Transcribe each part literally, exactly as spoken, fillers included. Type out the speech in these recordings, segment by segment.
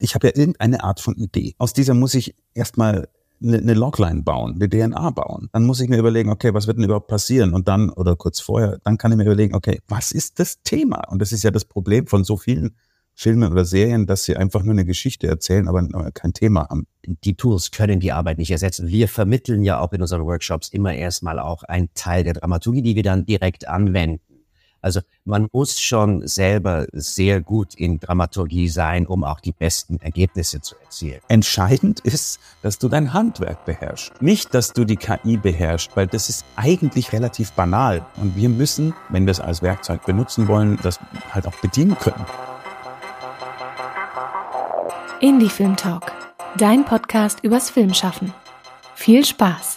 ich habe ja irgendeine Art von Idee. Aus dieser muss ich erstmal eine, eine Logline bauen, eine D N A bauen. Dann muss ich mir überlegen, okay, was wird denn überhaupt passieren? Und dann, oder kurz vorher, dann kann ich mir überlegen, okay, was ist das Thema? Und das ist ja das Problem von so vielen Filmen oder Serien, dass sie einfach nur eine Geschichte erzählen, aber kein Thema haben. Die Tools können die Arbeit nicht ersetzen. Wir vermitteln ja auch in unseren Workshops immer erstmal auch einen Teil der Dramaturgie, die wir dann direkt anwenden. Also man muss schon selber sehr gut in Dramaturgie sein, um auch die besten Ergebnisse zu erzielen. Entscheidend ist, dass du dein Handwerk beherrschst. Nicht, dass du die K I beherrschst, weil das ist eigentlich relativ banal. Und wir müssen, wenn wir es als Werkzeug benutzen wollen, das halt auch bedienen können. Indie Film Talk, dein Podcast übers Filmschaffen. Viel Spaß!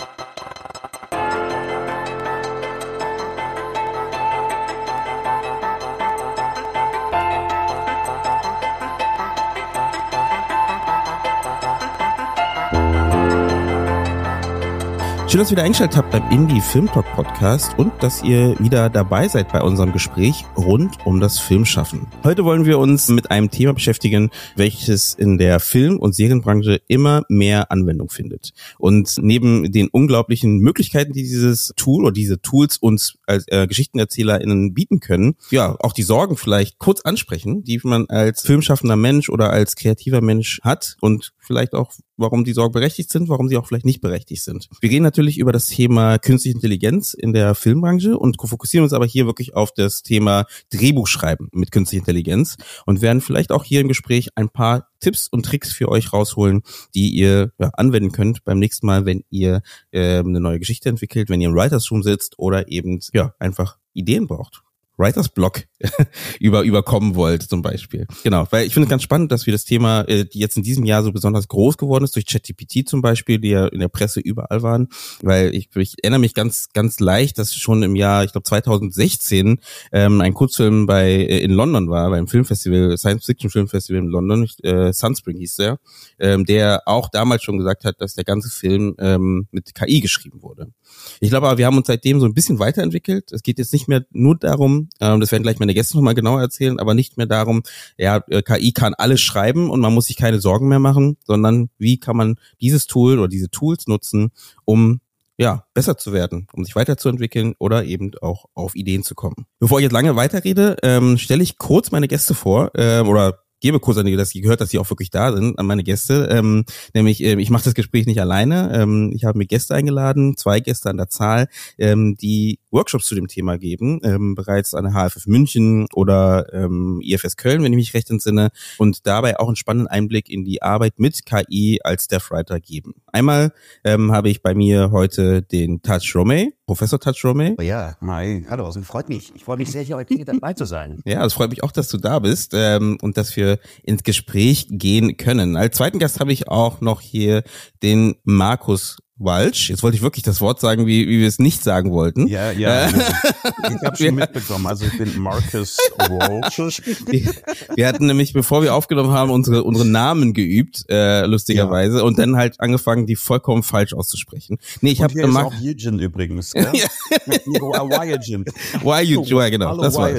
Schön, dass ihr wieder eingeschaltet habt beim Indie Film Talk Podcast und dass ihr wieder dabei seid bei unserem Gespräch rund um das Filmschaffen. Heute wollen wir uns mit einem Thema beschäftigen, welches in der Film- und Serienbranche immer mehr Anwendung findet. Und neben den unglaublichen Möglichkeiten, die dieses Tool oder diese Tools uns als äh, GeschichtenerzählerInnen bieten können, ja, auch die Sorgen vielleicht kurz ansprechen, die man als filmschaffender Mensch oder als kreativer Mensch hat und vielleicht auch, warum die Sorgen berechtigt sind, warum sie auch vielleicht nicht berechtigt sind. Wir gehen natürlich über das Thema künstliche Intelligenz in der Filmbranche und fokussieren uns aber hier wirklich auf das Thema Drehbuchschreiben mit künstlicher Intelligenz und werden vielleicht auch hier im Gespräch ein paar Tipps und Tricks für euch rausholen, die ihr ja, anwenden könnt beim nächsten Mal, wenn ihr äh, eine neue Geschichte entwickelt, wenn ihr im Writers Room sitzt oder eben ja einfach Ideen braucht. Writers Block über überkommen wollt zum Beispiel. Genau, weil ich finde es ganz spannend, dass wir das Thema, äh, die jetzt in diesem Jahr so besonders groß geworden ist, durch ChatGPT zum Beispiel, die ja in der Presse überall waren, weil ich, ich erinnere mich ganz ganz leicht, dass schon im Jahr, ich glaube zweitausendsechzehn, ähm, ein Kurzfilm bei äh, in London war, beim Filmfestival, Science-Fiction-Filmfestival in London, äh, Sunspring hieß der, ähm, der auch damals schon gesagt hat, dass der ganze Film ähm, mit K I geschrieben wurde. Ich glaube aber, wir haben uns seitdem so ein bisschen weiterentwickelt. Es geht jetzt nicht mehr nur darum, ähm, das werden gleich meine Gäste nochmal genauer erzählen, aber nicht mehr darum, ja, K I kann alles schreiben und man muss sich keine Sorgen mehr machen, sondern wie kann man dieses Tool oder diese Tools nutzen, um ja, besser zu werden, um sich weiterzuentwickeln oder eben auch auf Ideen zu kommen. Bevor ich jetzt lange weiterrede, ähm, stelle ich kurz meine Gäste vor, äh, oder gebe kurz an die, dass ihr gehört, dass sie auch wirklich da sind, an meine Gäste. Ähm, nämlich, ähm, ich mache das Gespräch nicht alleine. Ähm, ich habe mir Gäste eingeladen, zwei Gäste an der Zahl, ähm, die Workshops zu dem Thema geben, ähm, bereits an der H F F München oder ähm, I F S Köln, wenn ich mich recht entsinne, und dabei auch einen spannenden Einblick in die Arbeit mit K I als Staffwriter geben. Einmal ähm, habe ich bei mir heute den Taj Romey, Professor Taj Romey. Oh ja, hi. Hallo, also freut mich. Ich freue mich sehr, hier heute dabei zu sein. Ja, es freut mich auch, dass du da bist ähm, und dass wir ins Gespräch gehen können. Als zweiten Gast habe ich auch noch hier den Markus Walsch. Jetzt wollte ich wirklich das Wort sagen, wie, wie wir es nicht sagen wollten. Ja, ja. Ich habe schon mitbekommen. Also ich bin Markus Walsh. Wir, wir hatten nämlich, bevor wir aufgenommen haben, unsere unsere Namen geübt, äh, lustigerweise, ja. Und dann halt angefangen, die vollkommen falsch auszusprechen. Nee, ich habe Mark auch Yujin übrigens, gell? Ja. Yujin. Yujin, ja, genau. Hallo, das war.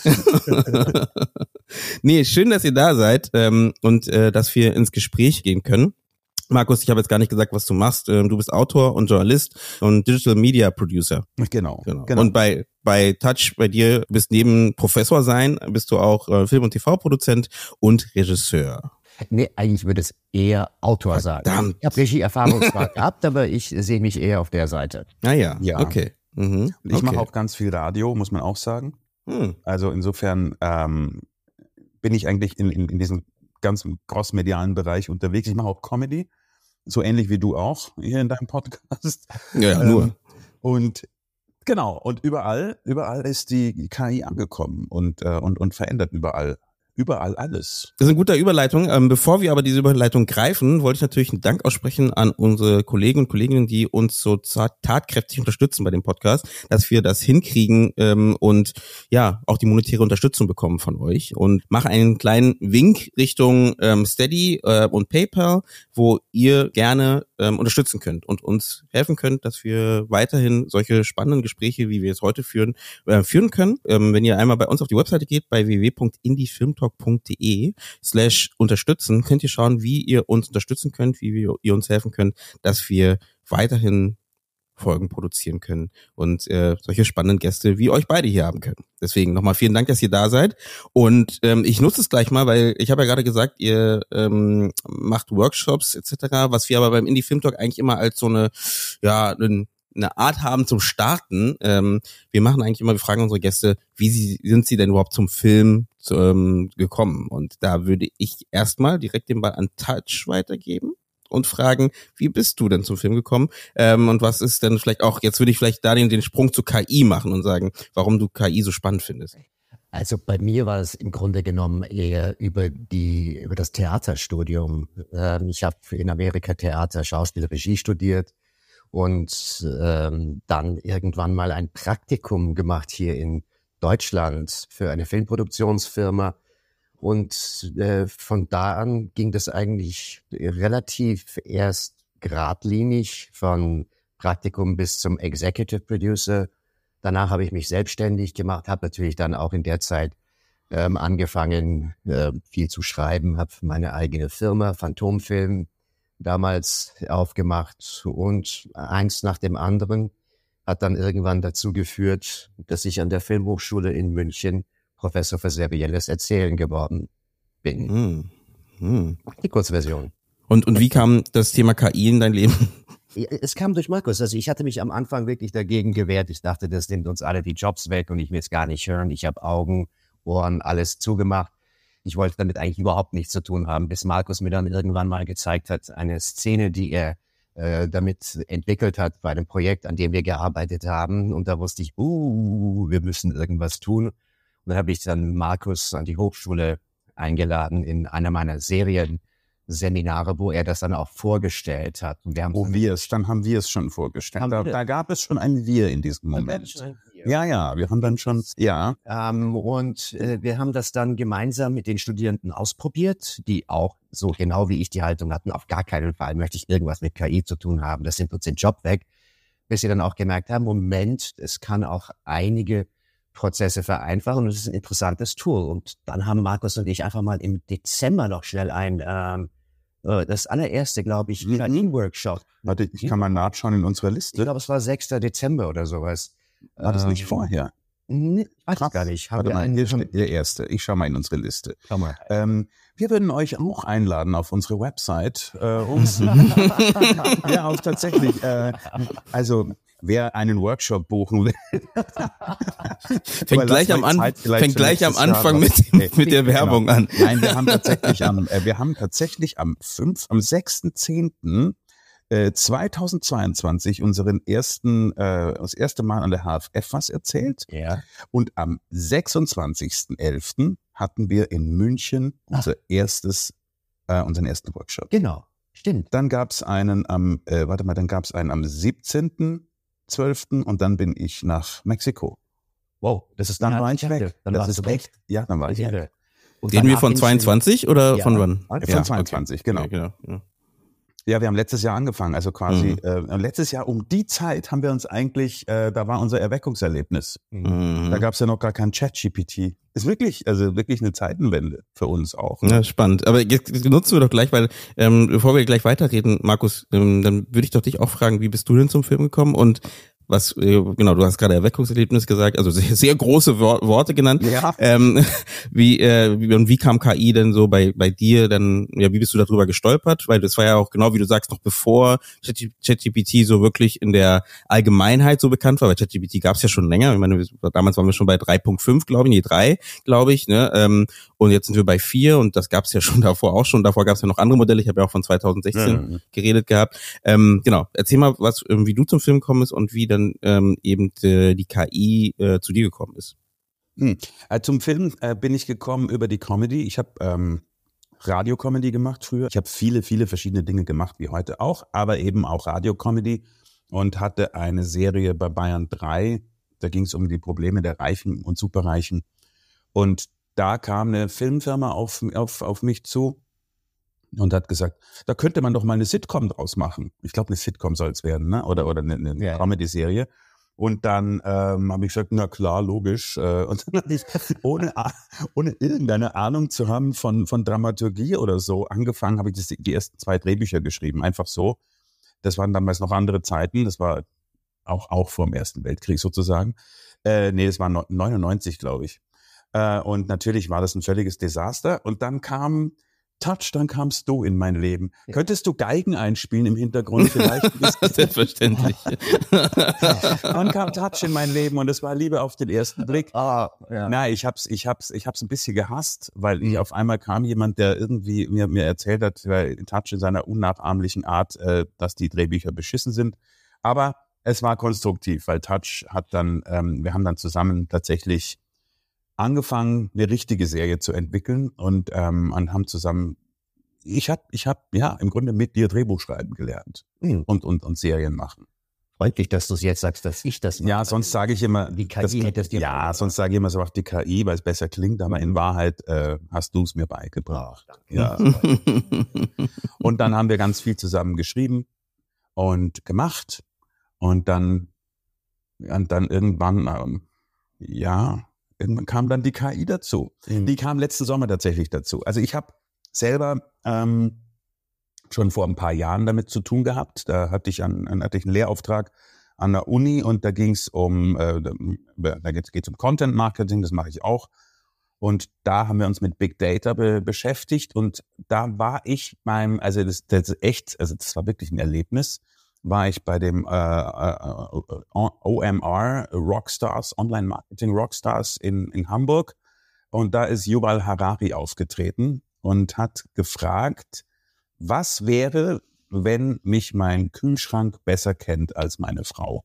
Nee, schön, dass ihr da seid ähm, und äh, dass wir ins Gespräch gehen können. Markus, ich habe jetzt gar nicht gesagt, was du machst. Du bist Autor und Journalist und Digital Media Producer. Genau. genau. genau. Und bei bei Taj, bei dir, bist neben Professor sein, bist du auch äh, Film- und T V-Produzent und Regisseur. Nee, eigentlich würde es eher Autor Verdammt. sagen. Ich habe Regie-Erfahrung zwar gehabt, aber ich sehe mich eher auf der Seite. Ah ja, ja. okay. Mhm. Ich okay. mache auch ganz viel Radio, muss man auch sagen. Hm. Also insofern ähm, bin ich eigentlich in, in, in diesem ganzen crossmedialen Bereich unterwegs. Ich mache auch Comedy. So ähnlich wie du auch hier in deinem Podcast. Ja, nur. Ähm, und genau, und überall, überall ist die K I angekommen und, äh, und, und verändert überall. Überall alles. Das ist eine gute Überleitung. Ähm, bevor wir aber diese Überleitung greifen, wollte ich natürlich einen Dank aussprechen an unsere Kollegen und Kolleginnen, die uns so tatkräftig unterstützen bei dem Podcast, dass wir das hinkriegen ähm, und ja, auch die monetäre Unterstützung bekommen von euch. Und mache einen kleinen Wink Richtung ähm, Steady äh, und PayPal, wo ihr gerne ähm, unterstützen könnt und uns helfen könnt, dass wir weiterhin solche spannenden Gespräche, wie wir es heute führen, äh, führen können. Ähm, wenn ihr einmal bei uns auf die Webseite geht, bei w w w punkt indiefilmtalk punkt d e slash unterstützen, könnt ihr schauen, wie ihr uns unterstützen könnt, wie wir, ihr uns helfen könnt, dass wir weiterhin Folgen produzieren können und äh, solche spannenden Gäste wie euch beide hier haben können. Deswegen nochmal vielen Dank, dass ihr da seid. Und ähm, ich nutze es gleich mal, weil ich habe ja gerade gesagt, ihr ähm, macht Workshops et cetera, was wir aber beim Indie Film Talk eigentlich immer als so eine, ja, eine Art haben zum Starten. Ähm, wir machen eigentlich immer, wir fragen unsere Gäste, wie sie, sind sie denn überhaupt zum Film zu, ähm, gekommen? Und da würde ich erstmal direkt den Ball an Touch weitergeben und fragen, wie bist du denn zum Film gekommen? Ähm, und was ist denn vielleicht auch, jetzt würde ich vielleicht da den, den Sprung zu K I machen und sagen, warum du K I so spannend findest. Also bei mir war es im Grunde genommen eher über die über das Theaterstudium. Ähm, ich habe in Amerika Theater, Schauspiel, Regie studiert und ähm, dann irgendwann mal ein Praktikum gemacht hier in Deutschland für eine Filmproduktionsfirma. Und äh, von da an ging das eigentlich relativ erst geradlinig von Praktikum bis zum Executive Producer. Danach habe ich mich selbstständig gemacht, habe natürlich dann auch in der Zeit ähm, angefangen, äh, viel zu schreiben, habe meine eigene Firma, Phantomfilm, damals aufgemacht und eins nach dem anderen hat dann irgendwann dazu geführt, dass ich an der Filmhochschule in München Professor für serielles Erzählen geworden bin. Hm. Hm. Die Kurzversion. Und, und wie kam das Thema K I in dein Leben? Es kam durch Markus. Also ich hatte mich am Anfang wirklich dagegen gewehrt. Ich dachte, das nimmt uns alle die Jobs weg und ich will es gar nicht hören. Ich habe Augen, Ohren, alles zugemacht. Ich wollte damit eigentlich überhaupt nichts zu tun haben, bis Markus mir dann irgendwann mal gezeigt hat, eine Szene, die er äh, damit entwickelt hat bei einem Projekt, an dem wir gearbeitet haben. Und da wusste ich, uh, wir müssen irgendwas tun. Und dann habe ich dann Markus an die Hochschule eingeladen in einer meiner Serienseminare, wo er das dann auch vorgestellt hat. Und wir haben Wo wir es, dann haben wir es schon vorgestellt. Da, da gab es schon ein Wir in diesem Moment. Ja, ja, wir haben dann schon, ja. Ähm, und äh, wir haben das dann gemeinsam mit den Studierenden ausprobiert, die auch so genau wie ich die Haltung hatten, auf gar keinen Fall möchte ich irgendwas mit K I zu tun haben. Das nimmt uns den Job weg. Bis sie dann auch gemerkt haben, Moment, es kann auch einige Prozesse vereinfachen und es ist ein interessantes Tool. Und dann haben Markus und ich einfach mal im Dezember noch schnell ein, ähm, das allererste, glaube ich, K I-Workshop. Warte, ich kann mal nachschauen in unserer Liste. Ich glaube, es war sechster Dezember oder sowas. War das ähm, nicht vorher? Nee, weiß ich gar nicht. Warte mal, hier steht der erste. Ich schau mal in unsere Liste. Schau mal. Ähm, wir würden euch auch einladen auf unsere Website. Äh, um ja, auch tatsächlich. Äh, also wer einen Workshop buchen will. fängt gleich am, an, fängt gleich am Anfang mit, mit der Werbung genau. an. Nein, wir haben tatsächlich am, äh, wir haben tatsächlich am fünf, am sechsten zehnten zweitausendzweiundzwanzig unseren ersten, äh, das erste Mal an der H F F was erzählt. Ja. Und am sechsundzwanzigsten elften hatten wir in München unser erstes, äh, unseren ersten Workshop. Genau, stimmt. Dann gab's einen am, äh, warte mal, dann gab's einen am siebzehnten zwölften und dann bin ich nach Mexiko. Wow, das ist dann ja, war ich weg. Dann das ist echt. Ja, dann war ich weg. Reden wir von zweiundzwanzig oder ja, von wann? Von ja, zweiundzwanzig, okay. genau. Ja, genau. Ja. Ja, wir haben letztes Jahr angefangen, also quasi Mhm. äh, letztes Jahr um die Zeit haben wir uns eigentlich, äh, da war unser Erweckungserlebnis. Mhm. Da gab's ja noch gar kein Chat G P T. Ist wirklich, also wirklich eine Zeitenwende für uns auch. Ne? Ja, spannend. Aber jetzt nutzen wir doch gleich, weil ähm, bevor wir gleich weiterreden, Markus, ähm, dann würde ich doch dich auch fragen, wie bist du denn zum Film gekommen und was, äh, genau, du hast gerade Erweckungserlebnis gesagt, also sehr, sehr große Wor- Worte genannt. Ja. Ähm, wie, äh, wie, und wie kam K I denn so bei bei dir dann, ja, wie bist du darüber gestolpert? Weil das war ja auch genau, wie du sagst, noch bevor ChatGPT so wirklich in der Allgemeinheit so bekannt war, weil ChatGPT gab es ja schon länger. Ich meine, damals waren wir schon bei drei Punkt fünf, glaube ich, nee, drei, glaube ich, ne? Ähm, und jetzt sind wir bei vier und das gab es ja schon davor auch schon. Davor gab es ja noch andere Modelle. Ich habe ja auch von zweitausendsechzehn Ja. geredet gehabt. Ähm, genau, erzähl mal, was, ähm, wie du zum Film gekommen bist und wie dann ähm, eben äh, die K I äh, zu dir gekommen ist. Hm. Äh, zum Film äh, bin ich gekommen über die Comedy. Ich habe ähm, Radio-Comedy gemacht früher. Ich habe viele, viele verschiedene Dinge gemacht, wie heute auch, aber eben auch Radio-Comedy und hatte eine Serie bei Bayern drei. Da ging es um die Probleme der Reichen und Superreichen. Und da kam eine Filmfirma auf, auf, auf mich zu und hat gesagt, da könnte man doch mal eine Sitcom draus machen. Ich glaube, eine Sitcom soll es werden, ne? Oder, oder eine, eine ja. Comedy-Serie. Und dann ähm, habe ich gesagt, na klar, logisch. Äh, und dann habe ich, ohne, ohne irgendeine Ahnung zu haben von, von Dramaturgie oder so, angefangen, habe ich das, die ersten zwei Drehbücher geschrieben. Einfach so. Das waren damals noch andere Zeiten. Das war auch, auch vor dem Ersten Weltkrieg sozusagen. Äh, nee, das war neunundneunzig, glaube ich. Äh, und natürlich war das ein völliges Desaster. Und dann kam Touch, dann kamst du in mein Leben. Ja. Könntest du Geigen einspielen im Hintergrund vielleicht? Selbstverständlich. Dann kam Touch in mein Leben und es war Liebe auf den ersten Blick. Ah, ja. Na, ich hab's, ich hab's, ich hab's ein bisschen gehasst, weil ich auf einmal kam jemand, der irgendwie mir, mir erzählt hat, weil Touch in seiner unnachahmlichen Art, äh, dass die Drehbücher beschissen sind. Aber es war konstruktiv, weil Touch hat dann, ähm, wir haben dann zusammen tatsächlich angefangen, eine richtige Serie zu entwickeln und, ähm, und haben zusammen, ich hab, ich hab, ja, im Grunde mit dir Drehbuch schreiben gelernt mhm. und, und, und Serien machen. Freut mich, dass du es jetzt sagst, dass ich das mache. Ja, sonst sage ich immer, die K I das, hätte es dir ja, gemacht. Sonst sage ich immer so, ach, die K I, weil es besser klingt, aber in Wahrheit äh, hast du es mir beigebracht. Ach, ja. Und dann haben wir ganz viel zusammen geschrieben und gemacht und dann, und dann irgendwann, ähm, ja, irgendwann kam dann die K I dazu. Mhm. Die kam letzten Sommer tatsächlich dazu. Also ich habe selber ähm, schon vor ein paar Jahren damit zu tun gehabt. Da hatte ich, an, hatte ich einen Lehrauftrag an der Uni und da ging es um, äh, da geht es um Content Marketing, das mache ich auch. Und da haben wir uns mit Big Data be- beschäftigt und da war ich beim, also das, das echt, also das war wirklich ein Erlebnis, war ich bei dem äh, äh, O M R, Rockstars, Online Marketing Rockstars in, in Hamburg. Und da ist Yuval Harari aufgetreten und hat gefragt, was wäre, wenn mich mein Kühlschrank besser kennt als meine Frau?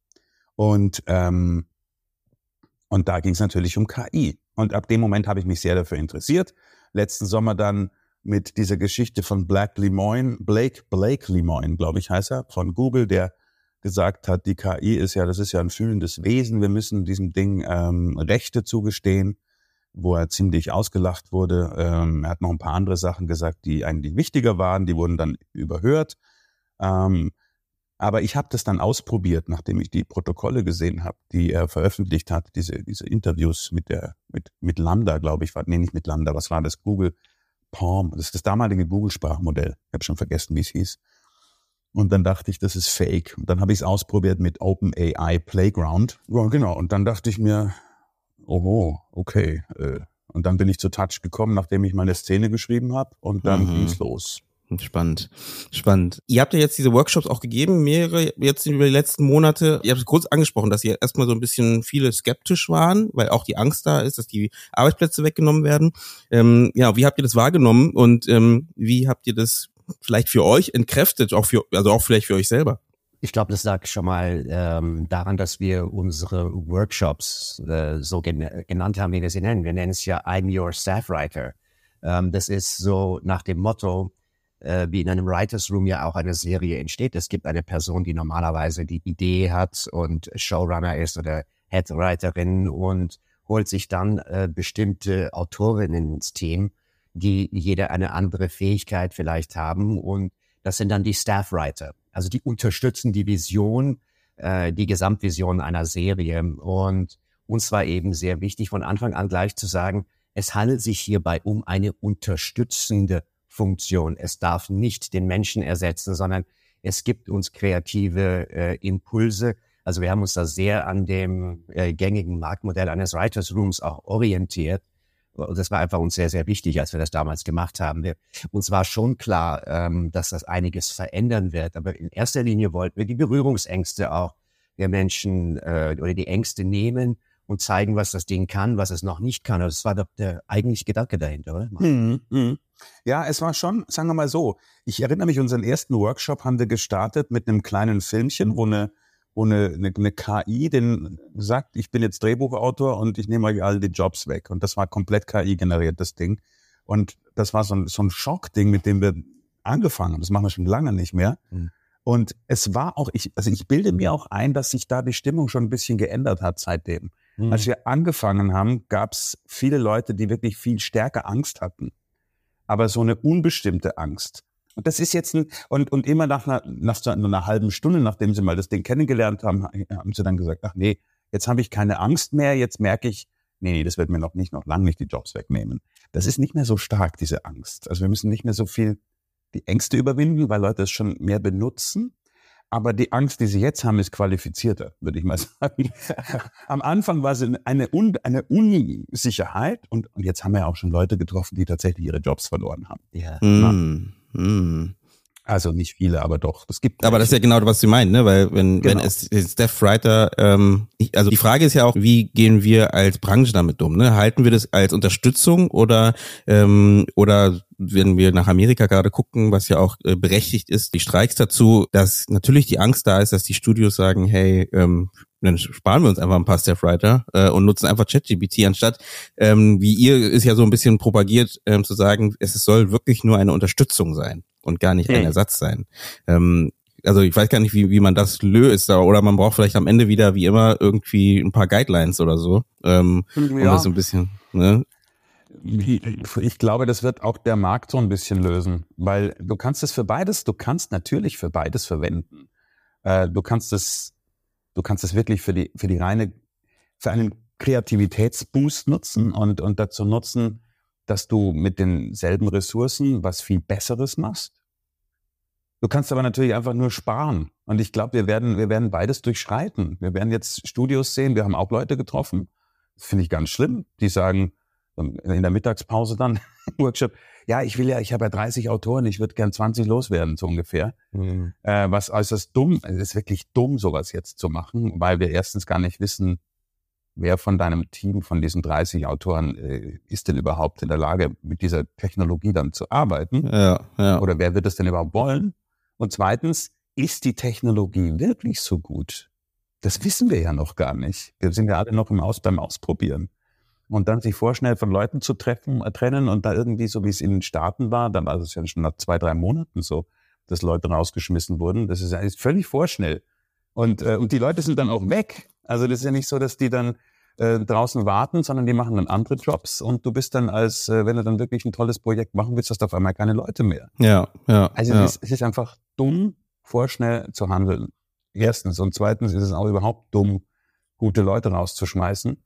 Und, ähm, und da ging es natürlich um K I. Und ab dem Moment habe ich mich sehr dafür interessiert. Letzten Sommer dann mit dieser Geschichte von Blake Lemoine, Blake, Blake Lemoine, glaube ich, heißt er, von Google, der gesagt hat, die K I ist ja, das ist ja ein fühlendes Wesen, wir müssen diesem Ding ähm, Rechte zugestehen, wo er ziemlich ausgelacht wurde. Ähm, er hat noch ein paar andere Sachen gesagt, die eigentlich wichtiger waren, die wurden dann überhört. Ähm, aber ich habe das dann ausprobiert, nachdem ich die Protokolle gesehen habe, die er veröffentlicht hat, diese diese Interviews mit der mit mit Lambda, glaube ich, war, nee, nicht mit Lambda, was war das? Google Palm, das ist das damalige Google-Sprachmodell. Ich habe schon vergessen, wie es hieß. Und dann dachte ich, das ist fake. Und dann habe ich es ausprobiert mit OpenAI Playground. Ja, genau. Und dann dachte ich mir, oh, okay. Und dann bin ich zu Touch gekommen, nachdem ich meine Szene geschrieben habe. Und dann mhm. ging's los. Spannend, spannend. Ihr habt ja jetzt diese Workshops auch gegeben, mehrere jetzt über die letzten Monate. Ihr habt es kurz angesprochen, dass ihr erstmal so ein bisschen viele skeptisch waren, weil auch die Angst da ist, dass die Arbeitsplätze weggenommen werden. Ähm, ja, wie habt ihr das wahrgenommen und ähm, wie habt ihr das vielleicht für euch entkräftet, auch für, also auch vielleicht für euch selber? Ich glaube, das lag schon mal ähm, daran, dass wir unsere Workshops äh, so gen- genannt haben, wie wir sie nennen. Wir nennen es ja I'm Your Staff Writer. Ähm, das ist so nach dem Motto, äh, wie in einem Writers Room ja auch eine Serie entsteht. Es gibt eine Person, die normalerweise die Idee hat und Showrunner ist oder Headwriterin und holt sich dann äh, bestimmte Autorinnen ins Team, die jeder eine andere Fähigkeit vielleicht haben und das sind dann die Staffwriter. Also die unterstützen die Vision, äh, die Gesamtvision einer Serie. Und uns war eben sehr wichtig, von Anfang an gleich zu sagen, es handelt sich hierbei um eine unterstützende Funktion. Es darf nicht den Menschen ersetzen, sondern es gibt uns kreative äh, Impulse. Also wir haben uns da sehr an dem äh, gängigen Marktmodell eines Writers Rooms auch orientiert. Und das war einfach uns sehr, sehr wichtig, als wir das damals gemacht haben. Wir, uns war schon klar, ähm, dass das einiges verändern wird. Aber in erster Linie wollten wir die Berührungsängste auch der Menschen äh, oder die Ängste nehmen und zeigen, was das Ding kann, was es noch nicht kann. Also das war doch der eigentliche Gedanke dahinter, oder? Hm, hm. Ja, es war schon, sagen wir mal so, ich erinnere mich, unseren ersten Workshop haben wir gestartet mit einem kleinen Filmchen, wo eine wo eine, eine, eine K I den sagt, ich bin jetzt Drehbuchautor und ich nehme euch alle die Jobs weg. Und das war komplett K I generiert, das Ding. Und das war so ein, so ein Schockding, mit dem wir angefangen haben. Das machen wir schon lange nicht mehr. Mhm. Und es war auch, ich, also ich bilde mir auch ein, dass sich da die Stimmung schon ein bisschen geändert hat seitdem. Mhm. Als wir angefangen haben, gab es viele Leute, die wirklich viel stärker Angst hatten. aber so eine unbestimmte Angst. Und das ist jetzt ein, und, und immer nach einer, nach so einer halben Stunde, nachdem sie mal das Ding kennengelernt haben, haben sie dann gesagt, ach nee, jetzt habe ich keine Angst mehr, jetzt merke ich, nee, nee, das wird mir noch nicht, noch lange nicht die Jobs wegnehmen. Das ist nicht mehr so stark, diese Angst. Also wir müssen nicht mehr so viel die Ängste überwinden, weil Leute es schon mehr benutzen. Aber die Angst, die sie jetzt haben, ist qualifizierter, würde ich mal sagen. Am Anfang war es eine, Un- eine Unsicherheit und, und jetzt haben wir ja auch schon Leute getroffen, die tatsächlich ihre Jobs verloren haben. Ja. Mm, mm. Also nicht viele, aber doch. Das gibt Aber das ist ja genau, was Sie meinen, ne? Weil wenn, Genau. wenn es Steph Writer, ähm, ich, also die Frage ist ja auch, wie gehen wir als Branche damit um? Ne? Halten wir das als Unterstützung oder ähm, oder wenn wir nach Amerika gerade gucken, was ja auch äh, berechtigt ist, die Streiks dazu, dass natürlich die Angst da ist, dass die Studios sagen, hey, ähm, dann sparen wir uns einfach ein paar Steph Writer äh, und nutzen einfach ChatGPT, anstatt, ähm, wie ihr ist ja so ein bisschen propagiert, ähm, zu sagen, es soll wirklich nur eine Unterstützung sein und gar nicht ein Mhm. Ersatz sein. Ähm, also ich weiß gar nicht, wie wie man das löst, oder man braucht vielleicht am Ende wieder, wie immer, irgendwie ein paar Guidelines oder so, ähm, um Ja. das so ein bisschen, ne? Ich glaube, das wird auch der Markt so ein bisschen lösen, weil du kannst es für beides, du kannst natürlich für beides verwenden. Äh, du kannst es, du kannst es wirklich für die, für die reine, für einen Kreativitätsboost nutzen und, und dazu nutzen, dass du mit denselben Ressourcen was viel Besseres machst. Du kannst aber natürlich einfach nur sparen. Und ich glaube, wir werden, wir werden beides durchschreiten. Wir werden jetzt Studios sehen, wir haben auch Leute getroffen. Das finde ich ganz schlimm. Die sagen, in der Mittagspause dann im Workshop, ja, ich will ja, ich habe ja dreißig Autoren, ich würde gern zwanzig loswerden, so ungefähr. Mhm. Äh, was äußerst dumm, es ist wirklich dumm, sowas jetzt zu machen, weil wir erstens gar nicht wissen, wer von deinem Team, von diesen dreißig Autoren, äh, ist denn überhaupt in der Lage, mit dieser Technologie dann zu arbeiten? Ja, ja. Oder wer wird es denn überhaupt wollen? Und zweitens, ist die Technologie wirklich so gut? Das wissen wir ja noch gar nicht. Wir sind ja alle noch im Aus, beim Ausprobieren. Und dann sich vorschnell von Leuten zu treffen, äh, trennen und da irgendwie, so wie es in den Staaten war, dann war es ja schon nach zwei, drei Monaten so, dass Leute rausgeschmissen wurden. Das ist ja ist völlig vorschnell. Und, äh, und die Leute sind dann auch weg. Also das ist ja nicht so, dass die dann äh, draußen warten, sondern die machen dann andere Jobs und du bist dann als, äh, wenn du dann wirklich ein tolles Projekt machen willst, hast du auf einmal keine Leute mehr. Ja, ja. Also ja. es, ist, es ist einfach dumm, vorschnell zu handeln. Erstens. Und zweitens ist es auch überhaupt dumm, gute Leute rauszuschmeißen.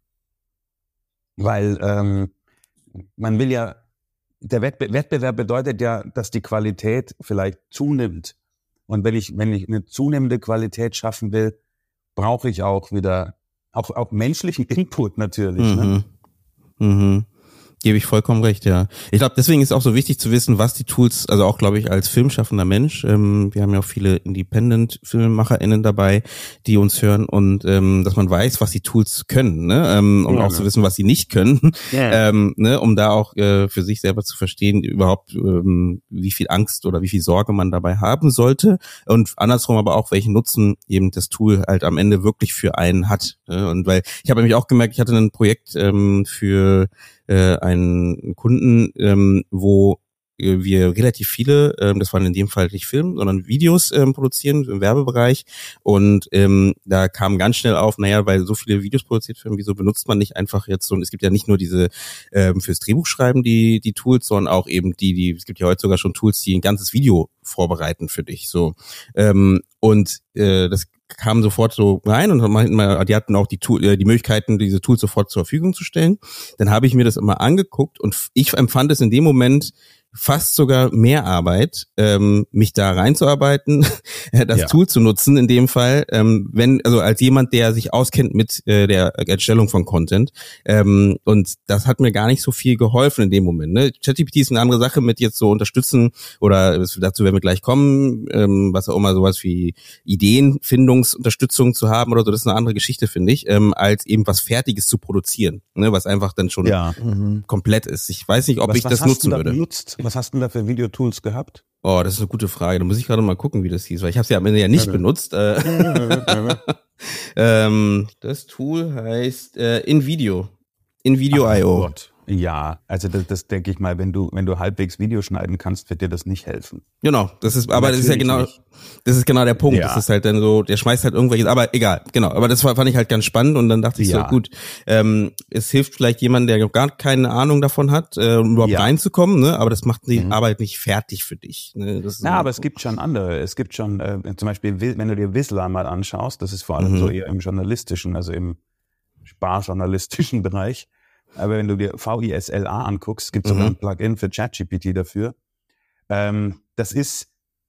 Weil ähm, man will ja, der Wettbe- Wettbewerb bedeutet ja, dass die Qualität vielleicht zunimmt. Und wenn ich, wenn ich eine zunehmende Qualität schaffen will, brauche ich auch wieder, auch, auch menschlichen Input natürlich. Mhm. Ne? Mhm. Gebe ich vollkommen recht, ja. Ich glaube, deswegen ist auch so wichtig zu wissen, was die Tools, also auch, glaube ich, als filmschaffender Mensch, ähm, wir haben ja auch viele Independent-FilmemacherInnen dabei, die uns hören und ähm, dass man weiß, was die Tools können, ne? Ähm, und Ja, auch ne? zu wissen, was sie nicht können, Ja. ähm, ne? Um da auch äh, für sich selber zu verstehen, überhaupt ähm, wie viel Angst oder wie viel Sorge man dabei haben sollte und andersrum aber auch, welchen Nutzen eben das Tool halt am Ende wirklich für einen hat. Ne? Und weil ich habe nämlich auch gemerkt, ich hatte ein Projekt ähm, für äh, einen Kunden, ähm, wo äh, wir relativ viele, ähm, das waren in dem Fall nicht Film, sondern Videos ähm, produzieren im Werbebereich und ähm, da kam ganz schnell auf, naja, weil so viele Videos produziert werden, wieso benutzt man nicht einfach jetzt so, und es gibt ja nicht nur diese ähm, fürs Drehbuchschreiben die die Tools, sondern auch eben die, die es gibt ja heute sogar schon Tools, die ein ganzes Video vorbereiten für dich, so ähm, und äh, das kam sofort so rein und meinten mal, die hatten auch die Tool, äh, die Möglichkeiten, diese Tools sofort zur Verfügung zu stellen. Dann habe ich mir das immer angeguckt und ich empfand es in dem Moment fast sogar mehr Arbeit, ähm, mich da reinzuarbeiten, das Ja. Tool zu nutzen in dem Fall, ähm, wenn, also als jemand, der sich auskennt mit äh, der Erstellung von Content. Ähm, und das hat mir gar nicht so viel geholfen in dem Moment. Ne? ChatGPT ist eine andere Sache mit jetzt so unterstützen oder dazu werden wir gleich kommen, ähm, was auch immer sowas wie Ideenfindungsunterstützung zu haben oder so, das ist eine andere Geschichte, finde ich, ähm, als eben was Fertiges zu produzieren, ne? Was einfach dann schon Ja. komplett ist. Ich weiß nicht, ob Was, ich was das hast nutzen du da würde. benutzt? Was hast du denn da für Videotools gehabt? Oh, das ist eine gute Frage. Da muss ich gerade mal gucken, wie das hieß, weil ich habe es ja am Ende ja nicht Ja, benutzt. Äh, ähm, das Tool heißt äh, InVideo. InVideo Ach Punkt io. Gott. Ja, also das, das denke ich mal, wenn du wenn du halbwegs Video schneiden kannst, wird dir das nicht helfen. Genau, das ist, aber Natürlich das ist ja genau, nicht. das ist genau der Punkt. Ja. Das ist halt dann so, der schmeißt halt irgendwelches, aber egal, genau. Aber das war, fand ich halt ganz spannend und dann dachte ich Ja. so, gut, ähm, es hilft vielleicht jemandem, der noch gar keine Ahnung davon hat, äh, um überhaupt Ja. reinzukommen, ne? Aber das macht die Mhm. Arbeit nicht fertig für dich. Ne? Das ist Ja, so- aber es gibt schon andere. Es gibt schon, äh, zum Beispiel, wenn du dir Whistler mal anschaust, das ist vor allem Mhm. so eher im journalistischen, also im sparjournalistischen Bereich. Aber wenn du dir V I S L A anguckst, gibt es sogar Mhm. ein Plugin für ChatGPT dafür. Ähm, das ist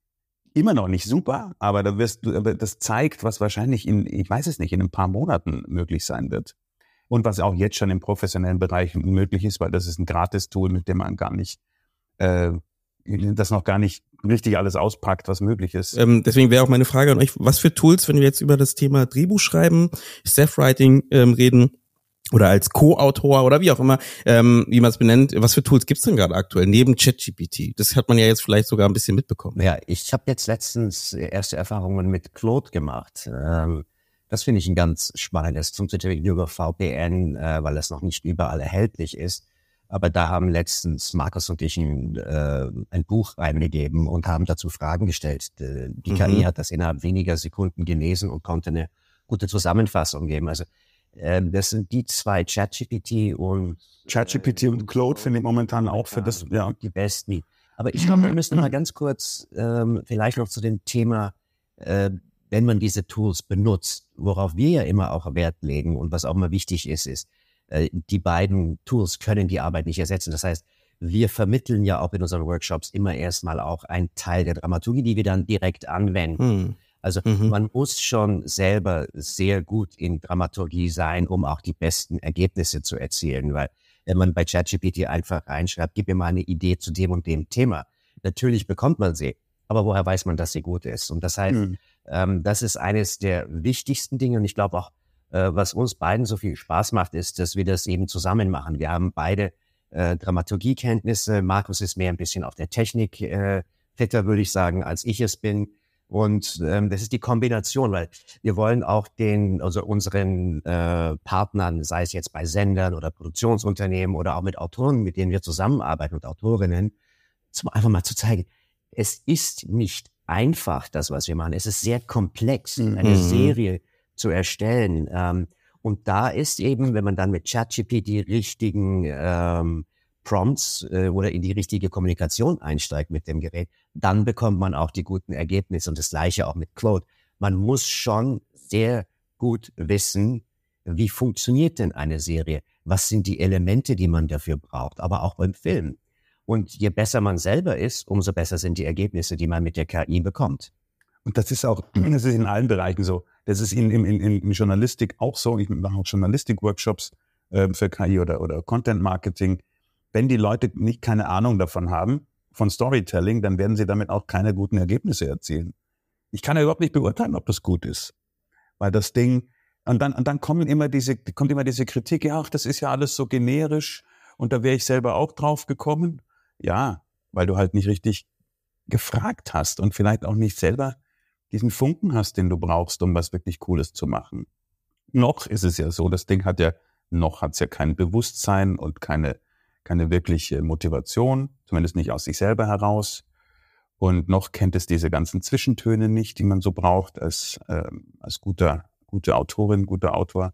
immer noch nicht super, aber da wirst du, aber das zeigt, was wahrscheinlich in, ich weiß es nicht, in ein paar Monaten möglich sein wird. Und was auch jetzt schon im professionellen Bereich möglich ist, weil das ist ein Gratis-Tool, mit dem man gar nicht, äh, das noch gar nicht richtig alles auspackt, was möglich ist. Ähm, deswegen wäre auch meine Frage an euch, was für Tools, wenn wir jetzt über das Thema Drehbuchschreiben, Self-Writing ähm, reden oder als Co-Autor oder wie auch immer, ähm, wie man es benennt, was für Tools gibt's denn gerade aktuell neben ChatGPT? Das hat man ja jetzt vielleicht sogar ein bisschen mitbekommen. Ja, ich habe jetzt letztens erste Erfahrungen mit Claude gemacht. Ähm, das finde ich ein ganz spannendes. Das funktioniert über V P N, äh, weil es noch nicht überall erhältlich ist. Aber da haben letztens Markus und ich ein, äh, ein Buch reingegeben und haben dazu Fragen gestellt. Die, die Mhm. K I hat das innerhalb weniger Sekunden gelesen und konnte eine gute Zusammenfassung geben. Also äh, das sind die zwei, ChatGPT und ChatGPT und Claude finde ich momentan auch für das, ja. die besten. Aber ich glaube, wir müssen mal ganz kurz ähm, vielleicht noch zu dem Thema, äh, wenn man diese Tools benutzt, worauf wir ja immer auch Wert legen und was auch immer wichtig ist, ist, äh, die beiden Tools können die Arbeit nicht ersetzen. Das heißt, wir vermitteln ja auch in unseren Workshops immer erstmal auch einen Teil der Dramaturgie, die wir dann direkt anwenden. Hm. Also Mhm. man muss schon selber sehr gut in Dramaturgie sein, um auch die besten Ergebnisse zu erzielen, weil wenn man bei ChatGPT einfach reinschreibt, gib mir mal eine Idee zu dem und dem Thema, natürlich bekommt man sie, aber woher weiß man, dass sie gut ist? Und das heißt, Mhm. ähm, das ist eines der wichtigsten Dinge und ich glaube auch, äh, was uns beiden so viel Spaß macht, ist, dass wir das eben zusammen machen. Wir haben beide äh, Dramaturgiekenntnisse, Markus ist mehr ein bisschen auf der Technik äh, fitter, würde ich sagen, als ich es bin. Und ähm, das ist die Kombination, weil wir wollen auch den, also unseren äh, Partnern, sei es jetzt bei Sendern oder Produktionsunternehmen oder auch mit Autoren, mit denen wir zusammenarbeiten und Autorinnen, zum einfach mal zu zeigen, es ist nicht einfach, das, was wir machen. Es ist sehr komplex, Mhm. eine Serie zu erstellen. Ähm, und da ist eben, wenn man dann mit ChatGPT die richtigen ähm, Prompts äh, oder in die richtige Kommunikation einsteigt mit dem Gerät, dann bekommt man auch die guten Ergebnisse und das Gleiche auch mit Claude. Man muss schon sehr gut wissen, wie funktioniert denn eine Serie? Was sind die Elemente, die man dafür braucht? Aber auch beim Film. Und je besser man selber ist, umso besser sind die Ergebnisse, die man mit der K I bekommt. Und das ist auch, das ist in allen Bereichen so. Das ist in, in, in, in Journalistik auch so. Ich mache auch Journalistik-Workshops äh, für K I oder, oder Content-Marketing. Wenn die Leute nicht keine Ahnung davon haben, von Storytelling, dann werden sie damit auch keine guten Ergebnisse erzielen. Ich kann ja überhaupt nicht beurteilen, ob das gut ist. Weil das Ding, und dann, und dann kommen immer diese, kommt immer diese Kritik, ja, ach, das ist ja alles so generisch und da wäre ich selber auch drauf gekommen. Ja, weil du halt nicht richtig gefragt hast und vielleicht auch nicht selber diesen Funken hast, den du brauchst, um was wirklich Cooles zu machen. Noch ist es ja so, das Ding hat ja, noch hat es ja kein Bewusstsein und keine keine wirkliche Motivation, zumindest nicht aus sich selber heraus. Und noch kennt es diese ganzen Zwischentöne nicht, die man so braucht als, äh, als guter, gute Autorin, guter Autor.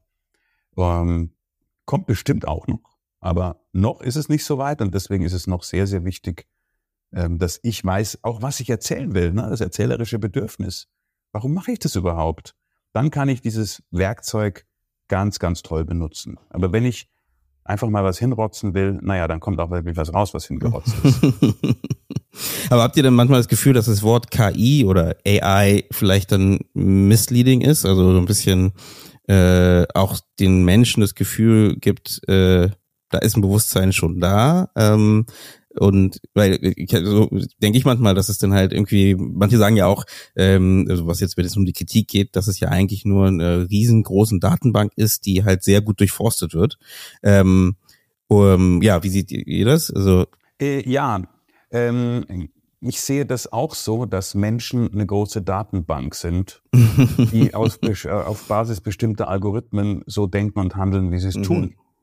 Ähm, kommt bestimmt auch noch. Aber noch ist es nicht so weit und deswegen ist es noch sehr, sehr wichtig, ähm, dass ich weiß, auch was ich erzählen will, ne? Das erzählerische Bedürfnis. Warum mache ich das überhaupt? Dann kann ich dieses Werkzeug ganz, ganz toll benutzen. Aber wenn ich einfach mal was hinrotzen will, naja, dann kommt auch wirklich was raus, was hingerotzt ist. Aber habt ihr denn manchmal das Gefühl, dass das Wort K I oder A I vielleicht dann misleading ist? Also so ein bisschen äh, auch den Menschen das Gefühl gibt, äh, da ist ein Bewusstsein schon da. Ähm, und weil so denke ich manchmal, dass es dann halt irgendwie, manche sagen ja auch, ähm, also was jetzt, wenn es um die Kritik geht, dass es ja eigentlich nur eine riesengroßen Datenbank ist, die halt sehr gut durchforstet wird. Ähm, um, ja, wie seht ihr das? Also äh, ja, ähm, ich sehe das auch so, dass Menschen eine große Datenbank sind, die aus, auf Basis bestimmter Algorithmen so denken und handeln, wie sie es tun.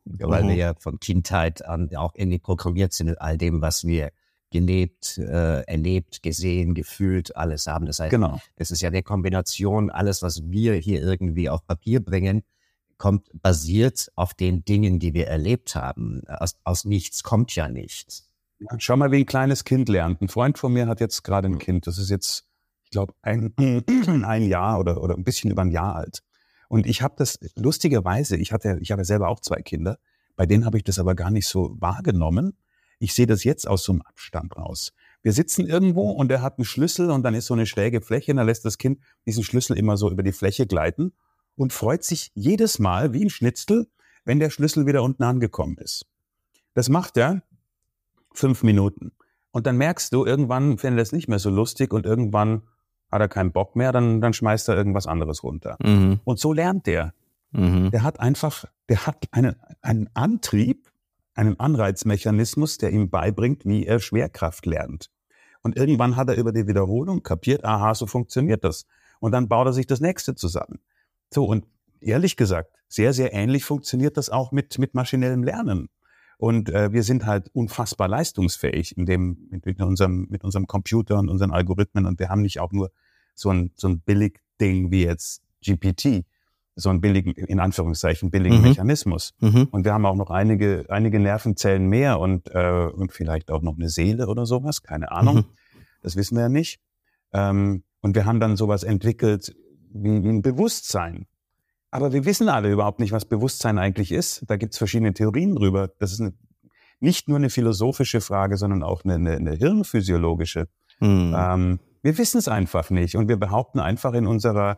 weil mhm. wir ja von Kindheit an auch irgendwie programmiert sind in all dem, was wir gelebt, äh, erlebt, gesehen, gefühlt, alles haben. Das heißt, genau. Das ist ja eine Kombination, alles, was wir hier irgendwie auf Papier bringen, kommt basiert auf den Dingen, die wir erlebt haben. Aus, aus nichts kommt ja nichts. Ja, schau mal, wie ein kleines Kind lernt. Ein Freund von mir hat jetzt gerade ein Kind, das ist jetzt, ich glaube, ein, ein Jahr oder, oder ein bisschen über ein Jahr alt. Und ich habe das lustigerweise, ich hatte, ich habe selber auch zwei Kinder, bei denen habe ich das aber gar nicht so wahrgenommen. Ich sehe das jetzt aus so einem Abstand raus. Wir sitzen irgendwo und er hat einen Schlüssel und dann ist so eine schräge Fläche und dann lässt das Kind diesen Schlüssel immer so über die Fläche gleiten und freut sich jedes Mal wie ein Schnitzel, wenn der Schlüssel wieder unten angekommen ist. Das macht er fünf Minuten. Und dann merkst du, irgendwann findet er es nicht mehr so lustig und irgendwann hat er keinen Bock mehr, dann, dann schmeißt er irgendwas anderes runter. Mhm. Und so lernt der. Mhm. Der hat einfach, der hat eine, einen Antrieb, einen Anreizmechanismus, der ihm beibringt, wie er Schwerkraft lernt. Und irgendwann hat er über die Wiederholung kapiert, aha, so funktioniert das. Und dann baut er sich das nächste zusammen. So, und ehrlich gesagt, sehr, sehr ähnlich funktioniert das auch mit, mit maschinellem Lernen. Und äh, wir sind halt unfassbar leistungsfähig in dem, mit, mit, unserem, mit unserem Computer und unseren Algorithmen. Und wir haben nicht auch nur so ein, so ein billig Ding wie jetzt G P T, so einen billigen, in Anführungszeichen, billigen mhm. Mechanismus. Mhm. Und wir haben auch noch einige, einige Nervenzellen mehr und, äh, und vielleicht auch noch eine Seele oder sowas, keine Ahnung. Mhm. Das wissen wir ja nicht. Ähm, und wir haben dann sowas entwickelt wie, wie ein Bewusstsein. Aber wir wissen alle überhaupt nicht, was Bewusstsein eigentlich ist. Da gibt es verschiedene Theorien drüber. Das ist eine, nicht nur eine philosophische Frage, sondern auch eine, eine, eine hirnphysiologische. Mhm. Ähm, wir wissen es einfach nicht. Und wir behaupten einfach in unserer,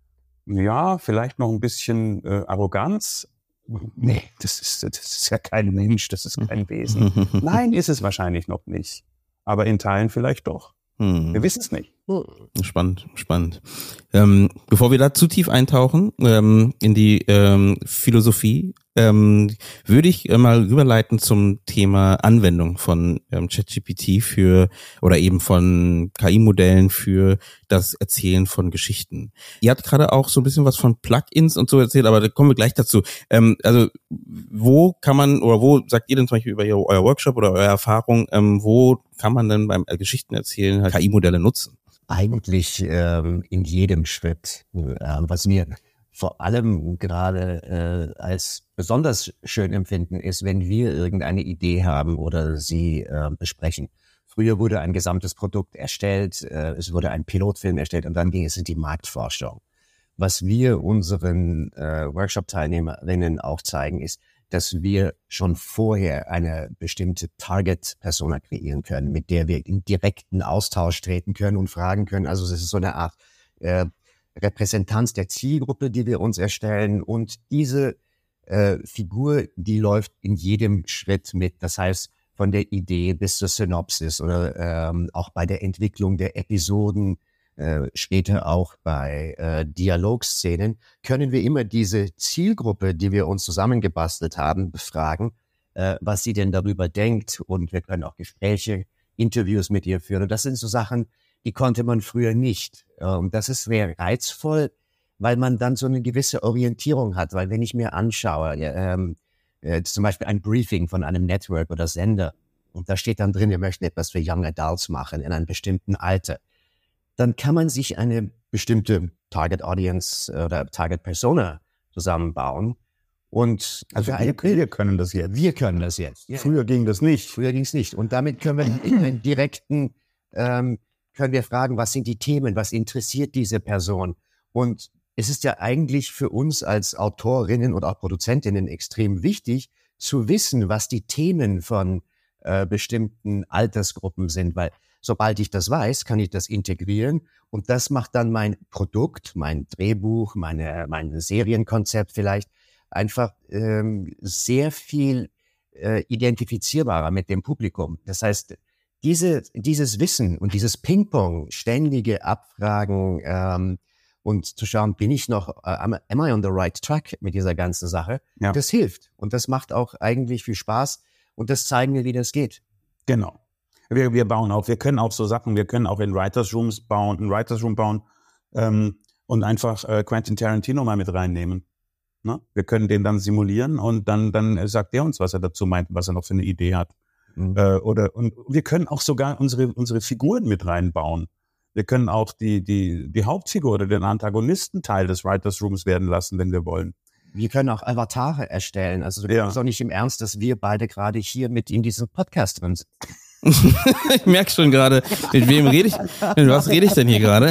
ja, vielleicht noch ein bisschen äh, Arroganz. Nee, das ist, das ist ja kein Mensch, das ist kein Wesen. Nein, ist es wahrscheinlich noch nicht. Aber in Teilen vielleicht doch. Hm. Wir wissen es nicht. Spannend, spannend. Ähm, bevor wir da zu tief eintauchen ähm, in die ähm, Philosophie, ähm, würde ich äh, mal überleiten zum Thema Anwendung von ähm, ChatGPT für oder eben von K I-Modellen für das Erzählen von Geschichten. Ihr habt gerade auch so ein bisschen was von Plugins und so erzählt, aber da kommen wir gleich dazu. Ähm, also wo kann man oder wo sagt ihr denn zum Beispiel über ihr, euer Workshop oder eure Erfahrung, ähm, wo kann man denn beim Geschichten erzählen halt K I-Modelle nutzen? Eigentlich ähm, in jedem Schritt. Äh, was wir vor allem gerade äh, als besonders schön empfinden, ist, wenn wir irgendeine Idee haben oder sie äh, besprechen. Früher wurde ein gesamtes Produkt erstellt, äh, es wurde ein Pilotfilm erstellt und dann ging es in die Marktforschung. Was wir unseren äh, Workshop-Teilnehmerinnen auch zeigen, ist, dass wir schon vorher eine bestimmte Target-Persona kreieren können, mit der wir in direkten Austausch treten können und fragen können. Also es ist so eine Art äh, Repräsentanz der Zielgruppe, die wir uns erstellen. Und diese äh, Figur, die läuft in jedem Schritt mit. Das heißt, von der Idee bis zur Synopsis oder ähm, auch bei der Entwicklung der Episoden, Äh, später auch bei äh, Dialogszenen, können wir immer diese Zielgruppe, die wir uns zusammengebastelt haben, befragen, äh, was sie denn darüber denkt. Und wir können auch Gespräche, Interviews mit ihr führen. Und das sind so Sachen, die konnte man früher nicht. Und ähm, das ist sehr reizvoll, weil man dann so eine gewisse Orientierung hat. Weil wenn ich mir anschaue, ja, ähm, äh, zum Beispiel ein Briefing von einem Network oder Sender, und da steht dann drin, wir möchten etwas für Young Adults machen in einem bestimmten Alter, dann kann man sich eine bestimmte Target Audience oder Target Persona zusammenbauen. Und also wir, wir können das jetzt. Wir können das jetzt. Yeah. Früher ging das nicht. Früher ging es nicht. Und damit können wir in einen direkten, ähm, können wir fragen, was sind die Themen, was interessiert diese Person? Und es ist ja eigentlich für uns als Autorinnen und auch Produzentinnen extrem wichtig, zu wissen, was die Themen von äh, bestimmten Altersgruppen sind, weil sobald ich das weiß, kann ich das integrieren und das macht dann mein Produkt, mein Drehbuch, meine, mein Serienkonzept vielleicht einfach ähm, sehr viel äh, identifizierbarer mit dem Publikum. Das heißt, diese, dieses Wissen und dieses Ping-Pong, ständige Abfragen ähm, und zu schauen, bin ich noch, äh, am I on the right track mit dieser ganzen Sache, ja. Das hilft und das macht auch eigentlich viel Spaß und das zeigen wir, wie das geht. Genau. Wir, wir bauen auch, wir können auch so Sachen, wir können auch in Writers Rooms bauen, in Writers Room bauen ähm, und einfach äh, Quentin Tarantino mal mit reinnehmen. Ne? Wir können den dann simulieren und dann, dann sagt der uns, was er dazu meint, was er noch für eine Idee hat. Mhm. Äh, oder, und wir können auch sogar unsere, unsere Figuren mit reinbauen. Wir können auch die, die, die Hauptfigur oder den Antagonisten Teil des Writers Rooms werden lassen, wenn wir wollen. Wir können auch Avatare erstellen. Also du ja. glaubst doch nicht im Ernst, dass wir beide gerade hier mit in diesem Podcast drin sind. Ich merke schon gerade, mit wem rede ich? Mit was rede ich denn hier gerade?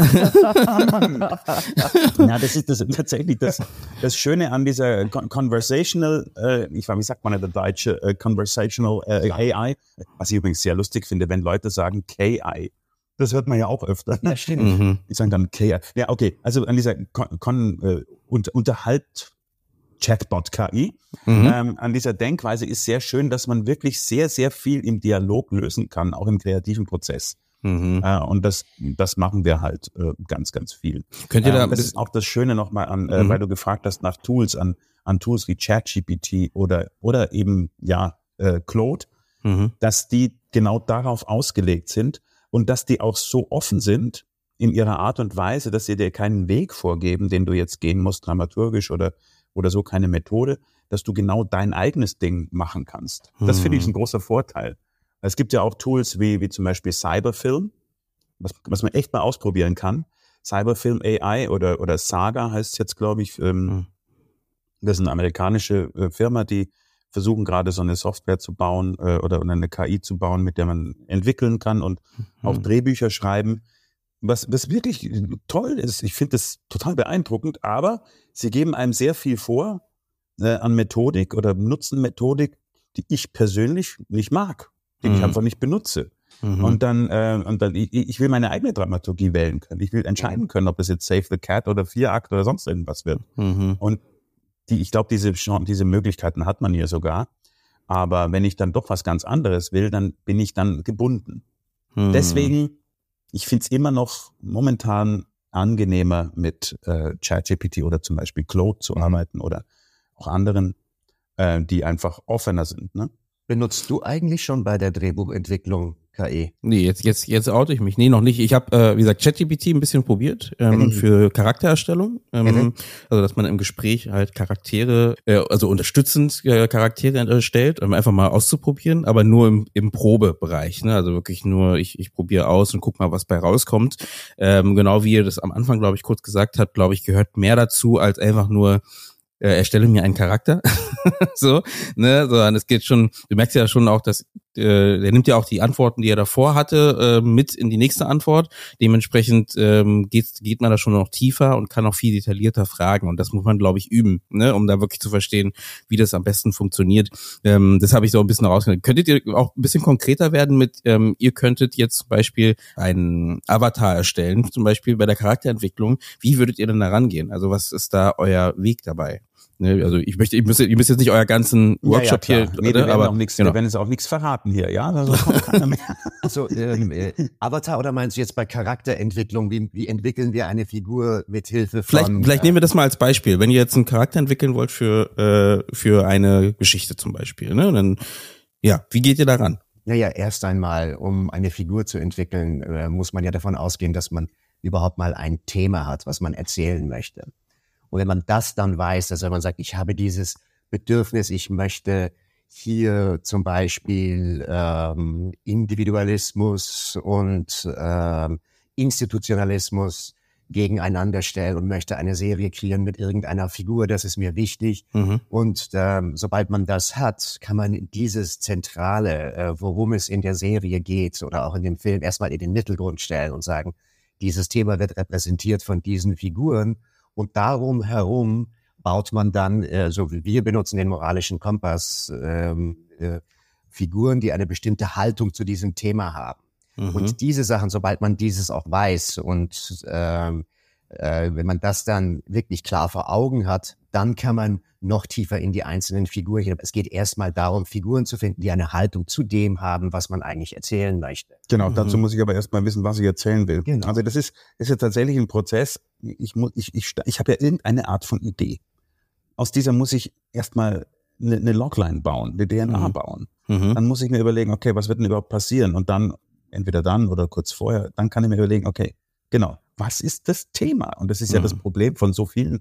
Na, das ist das, tatsächlich das, das Schöne an dieser Conversational, äh, ich weiß, wie sagt man in der Deutsche, äh, Conversational äh, A I, was ich übrigens sehr lustig finde, wenn Leute sagen K I. Das hört man ja auch öfter. Ja, stimmt. Mhm. Ich sage dann K I. Ja, okay, also an dieser Kon, Kon, äh, unter, Unterhalt Chatbot-K I. Mhm. Ähm, an dieser Denkweise ist sehr schön, dass man wirklich sehr, sehr viel im Dialog lösen kann, auch im kreativen Prozess. Mhm. Äh, und das, das machen wir halt äh, ganz, ganz viel. Könnt ihr da? Äh, das ist auch das Schöne nochmal an, äh, mhm. weil du gefragt hast nach Tools, an, an Tools wie ChatGPT oder, oder eben, ja, äh, Claude, mhm. dass die genau darauf ausgelegt sind und dass die auch so offen sind in ihrer Art und Weise, dass sie dir keinen Weg vorgeben, den du jetzt gehen musst, dramaturgisch oder oder so, keine Methode, dass du genau dein eigenes Ding machen kannst. Das finde ich ein großer Vorteil. Es gibt ja auch Tools wie, wie zum Beispiel Cyberfilm, was, was man echt mal ausprobieren kann. Cyberfilm A I oder, oder Saga heißt es jetzt, glaube ich. Ähm, das ist eine amerikanische äh, Firma, die versuchen gerade so eine Software zu bauen äh, oder, oder eine K I zu bauen, mit der man entwickeln kann und mhm. auch Drehbücher schreiben. Was, was wirklich toll ist, ich finde das total beeindruckend, aber sie geben einem sehr viel vor äh, an Methodik oder benutzen Methodik, die ich persönlich nicht mag, die mhm. ich einfach nicht benutze. Mhm. Und dann, äh, und dann ich, ich will meine eigene Dramaturgie wählen können. Ich will entscheiden können, ob das jetzt Save the Cat oder Vierakt oder sonst irgendwas wird. Mhm. Und die, ich glaube, diese, diese Möglichkeiten hat man hier sogar. Aber wenn ich dann doch was ganz anderes will, dann bin ich dann gebunden. Mhm. Deswegen ich finde es immer noch momentan angenehmer, mit äh, ChatGPT oder zum Beispiel Claude zu arbeiten oder auch anderen, äh, die einfach offener sind. Ne? Benutzt du eigentlich schon bei der Drehbuchentwicklung K I? Nee, jetzt jetzt jetzt oute ich mich. Nee, noch nicht. Ich habe, äh, wie gesagt, ChatGPT ein bisschen probiert ähm, mhm. für Charaktererstellung. Ähm, mhm. Also, dass man im Gespräch halt Charaktere, äh, also unterstützend äh, Charaktere erstellt, um einfach mal auszuprobieren, aber nur im, im Probebereich. Ne? Also wirklich nur, ich ich probiere aus und guck mal, was bei rauskommt. Ähm, genau wie ihr das am Anfang, glaube ich, kurz gesagt habt, glaube ich, gehört mehr dazu, als einfach nur äh, erstelle mir einen Charakter. so, ne, sondern es geht schon, du merkst ja schon auch, dass äh, der nimmt ja auch die Antworten, die er davor hatte, äh, mit in die nächste Antwort. Dementsprechend ähm, geht, geht man da schon noch tiefer und kann auch viel detaillierter fragen. Und das muss man, glaube ich, üben, ne, um da wirklich zu verstehen, wie das am besten funktioniert. Ähm, das habe ich so ein bisschen rausgefunden. Könntet ihr auch ein bisschen konkreter werden mit, ähm, ihr könntet jetzt zum Beispiel einen Avatar erstellen, zum Beispiel bei der Charakterentwicklung. Wie würdet ihr denn da rangehen? Also was ist da euer Weg dabei? Ne, also ich möchte, ihr müsst, ihr müsst jetzt nicht euer ganzen Workshop ja, ja, hier, nee, oder? Wir aber auch nix, genau. wir werden jetzt auch nichts verraten hier, ja? Also kommt keiner mehr. Also ähm, äh, Avatar oder meinst du jetzt bei Charakterentwicklung? Wie, wie entwickeln wir eine Figur mit Hilfe von? Vielleicht, vielleicht nehmen wir das mal als Beispiel. Wenn ihr jetzt einen Charakter entwickeln wollt für äh, für eine Geschichte zum Beispiel, ne? Und dann, ja, wie geht ihr da ran? Naja, erst einmal, um eine Figur zu entwickeln, äh, muss man ja davon ausgehen, dass man überhaupt mal ein Thema hat, was man erzählen möchte. Und wenn man das dann weiß, dass wenn man sagt, ich habe dieses Bedürfnis, ich möchte hier zum Beispiel ähm, Individualismus und ähm, Institutionalismus gegeneinander stellen und möchte eine Serie kreieren mit irgendeiner Figur, das ist mir wichtig. Mhm. Und ähm, sobald man das hat, kann man dieses Zentrale, äh, worum es in der Serie geht oder auch in dem Film, erstmal in den Mittelgrund stellen und sagen, dieses Thema wird repräsentiert von diesen Figuren. Und darum herum baut man dann, äh, so wie wir benutzen den moralischen Kompass, ähm, äh, Figuren, die eine bestimmte Haltung zu diesem Thema haben. Mhm. Und diese Sachen, sobald man dieses auch weiß und ähm, äh, wenn man das dann wirklich klar vor Augen hat, dann kann man noch tiefer in die einzelnen Figuren gehen. Es geht erstmal darum, Figuren zu finden, die eine Haltung zu dem haben, was man eigentlich erzählen möchte. Genau, mhm. dazu muss ich aber erstmal wissen, was ich erzählen will. Genau. Also das ist, ist ja tatsächlich ein Prozess. Ich muss, ich, ich, ich habe ja irgendeine Art von Idee. Aus dieser muss ich erstmal eine, eine Logline bauen, eine D N A mhm. bauen. Mhm. Dann muss ich mir überlegen, okay, was wird denn überhaupt passieren? Und dann, entweder dann oder kurz vorher, dann kann ich mir überlegen, okay, genau, was ist das Thema? Und das ist ja mhm. das Problem von so vielen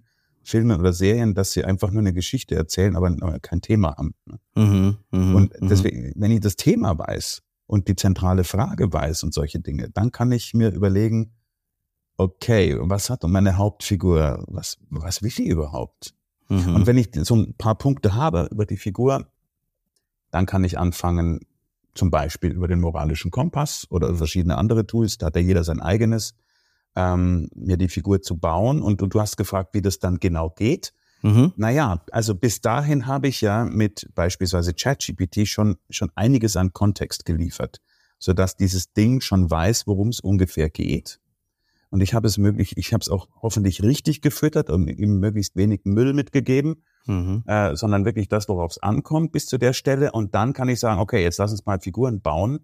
Filmen oder Serien, dass sie einfach nur eine Geschichte erzählen, aber, aber kein Thema haben. Ne? Mhm, mh, und deswegen, wenn ich das Thema weiß und die zentrale Frage weiß und solche Dinge, dann kann ich mir überlegen, okay, was hat meine Hauptfigur, was, was will die überhaupt? mhm. Und wenn ich so ein paar Punkte habe über die Figur, dann kann ich anfangen, zum Beispiel über den moralischen Kompass oder verschiedene andere Tools, da hat ja jeder sein eigenes, ähm, mir die Figur zu bauen. Und, und du hast gefragt, wie das dann genau geht. Mhm. Naja, also bis dahin habe ich ja mit beispielsweise ChatGPT schon, schon einiges an Kontext geliefert, sodass dieses Ding schon weiß, worum es ungefähr geht. Und ich habe es möglich, ich habe es auch hoffentlich richtig gefüttert und ihm möglichst wenig Müll mitgegeben, mhm. äh, sondern wirklich das, worauf es ankommt, bis zu der Stelle. Und dann kann ich sagen, okay, jetzt lass uns mal Figuren bauen.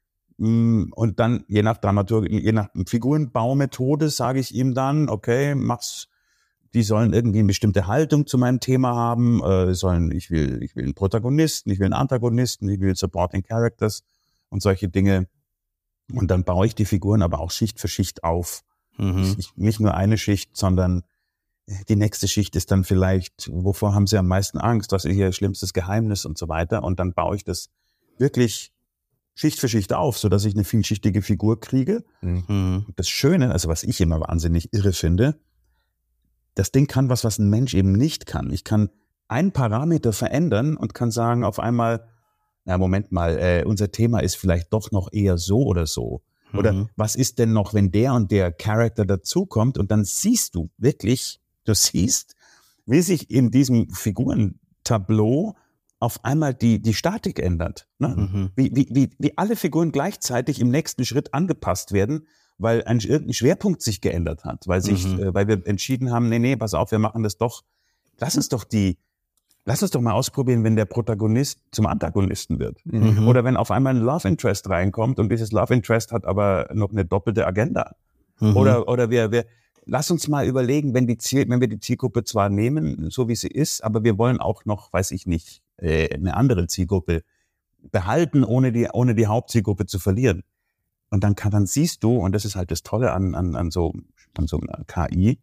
Und dann, je nach Dramaturgie, je nach Figurenbaumethode, sage ich ihm dann, okay, mach's, die sollen irgendwie eine bestimmte Haltung zu meinem Thema haben, äh, sollen, ich will, ich will einen Protagonisten, ich will einen Antagonisten, ich will Supporting Characters und solche Dinge. Und dann baue ich die Figuren aber auch Schicht für Schicht auf. Mhm. Ich, nicht nur eine Schicht, sondern die nächste Schicht ist dann vielleicht, wovor haben sie am meisten Angst, was ist ihr schlimmstes Geheimnis und so weiter. Und dann baue ich das wirklich Schicht für Schicht auf, sodass ich eine vielschichtige Figur kriege. Mhm. Das Schöne, also was ich immer wahnsinnig irre finde, das Ding kann was, was ein Mensch eben nicht kann. Ich kann einen Parameter verändern und kann sagen auf einmal, na Moment mal, äh, unser Thema ist vielleicht doch noch eher so oder so. Oder mhm. was ist denn noch, wenn der und der Charakter dazukommt? Und dann siehst du wirklich, du siehst, wie sich in diesem Figurentableau auf einmal die, die Statik ändert. Ne? Mhm. Wie, wie, wie, wie alle Figuren gleichzeitig im nächsten Schritt angepasst werden, weil ein irgendein Schwerpunkt sich geändert hat, weil sich, mhm. äh, weil wir entschieden haben, nee, nee, pass auf, wir machen das doch, lass uns doch die, lass uns doch mal ausprobieren, wenn der Protagonist zum Antagonisten wird. Mhm. Oder wenn auf einmal ein Love Interest reinkommt und dieses Love Interest hat aber noch eine doppelte Agenda. Mhm. Oder, oder wir, wir, lass uns mal überlegen, wenn die Ziel, wenn wir die Zielgruppe zwar nehmen, so wie sie ist, aber wir wollen auch noch, weiß ich nicht, äh, eine andere Zielgruppe behalten, ohne die, ohne die Hauptzielgruppe zu verlieren. Und dann kann, dann siehst du, und das ist halt das Tolle an, an, an so, an so einer K I,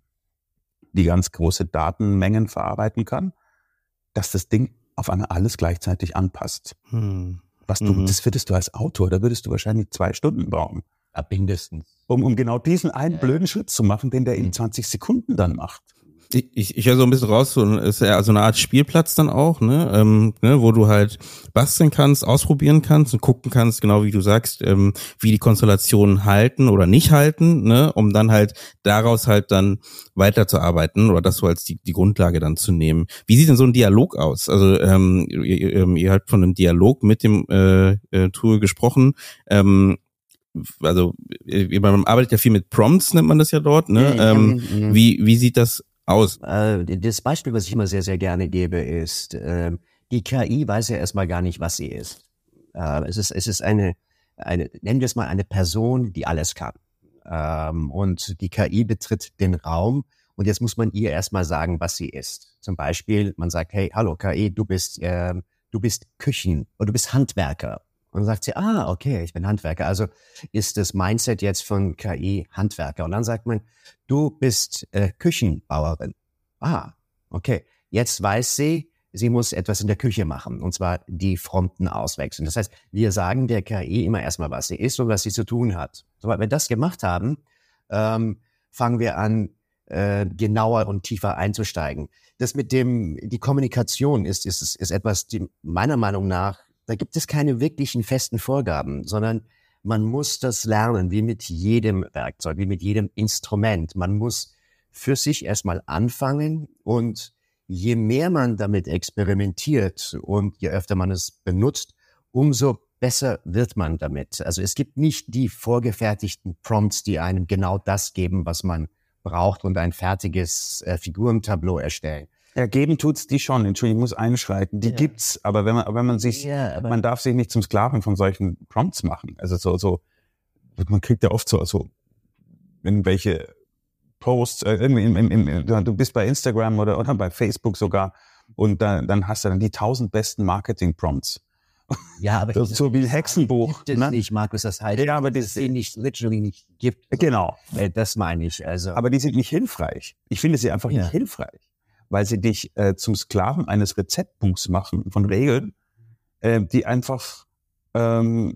die ganz große Datenmengen verarbeiten kann, dass das Ding auf einmal alles gleichzeitig anpasst. Hm. Was du, mhm. das würdest du als Autor, da würdest du wahrscheinlich zwei Stunden brauchen. Ja, mindestens. Um, um genau diesen einen ja. blöden Schritt zu machen, den der in zwanzig Sekunden dann macht. Ich, ich, ich höre so ein bisschen raus, so ist ja so eine Art Spielplatz dann auch, ne, ähm, ne, wo du halt basteln kannst, ausprobieren kannst und gucken kannst, genau wie du sagst, ähm, wie die Konstellationen halten oder nicht halten, ne, um dann halt daraus halt dann weiterzuarbeiten oder das so als die, die Grundlage dann zu nehmen. Wie sieht denn so ein Dialog aus? Also ähm, ihr, ihr habt von einem Dialog mit dem äh, äh, Tool gesprochen. Ähm, also man arbeitet ja viel mit Prompts, nennt man das ja dort, ne? Ja, ähm, ja, ja. Wie wie sieht das aus? Das Beispiel, was ich immer sehr, sehr gerne gebe, ist, äh, die K I weiß ja erstmal gar nicht, was sie ist. Äh, es ist, es ist eine, eine, nennen wir es mal eine Person, die alles kann. Ähm, und die K I betritt den Raum und jetzt muss man ihr erstmal sagen, was sie ist. Zum Beispiel, man sagt, hey, hallo K I, du bist, äh, du bist Küchen oder du bist Handwerker. Und dann sagt sie, ah, okay, ich bin Handwerker. Also ist das Mindset jetzt von K I Handwerker. Und dann sagt man, du bist äh, Küchenbauerin. Ah, okay. Jetzt weiß sie, sie muss etwas in der Küche machen. Und zwar die Fronten auswechseln. Das heißt, wir sagen der K I immer erstmal, was sie ist und was sie zu tun hat. Sobald wir das gemacht haben, ähm, fangen wir an, äh, genauer und tiefer einzusteigen. Das mit dem, die Kommunikation ist, ist, ist etwas, die meiner Meinung nach, da gibt es keine wirklichen festen Vorgaben, sondern man muss das lernen, wie mit jedem Werkzeug, wie mit jedem Instrument. Man muss für sich erstmal anfangen und je mehr man damit experimentiert und je öfter man es benutzt, umso besser wird man damit. Also es gibt nicht die vorgefertigten Prompts, die einem genau das geben, was man braucht und ein fertiges äh, Figurentableau erstellen. Ja, geben tut's die schon. Entschuldigung, ich muss einschreiten. Die ja. gibt's, aber wenn man, wenn man sich, ja, man darf sich nicht zum Sklaven von solchen Prompts machen. Also so, so, man kriegt ja oft so, so irgendwelche Posts, äh, irgendwie, im, im, im, du bist bei Instagram oder, oder bei Facebook sogar und dann, dann hast du dann die tausend besten Marketing-Prompts. Ja, aber das, so wie ein Hexenbuch. Gibt es ne? nicht, Markus, das heißt, ja, aber dass es sie nicht, literally nicht gibt. Genau. Das meine ich, also. Aber die sind nicht hilfreich. Ich finde sie einfach ja. nicht hilfreich. weil sie dich äh, zum Sklaven eines Rezeptbuchs machen von Regeln, äh, die einfach, ähm,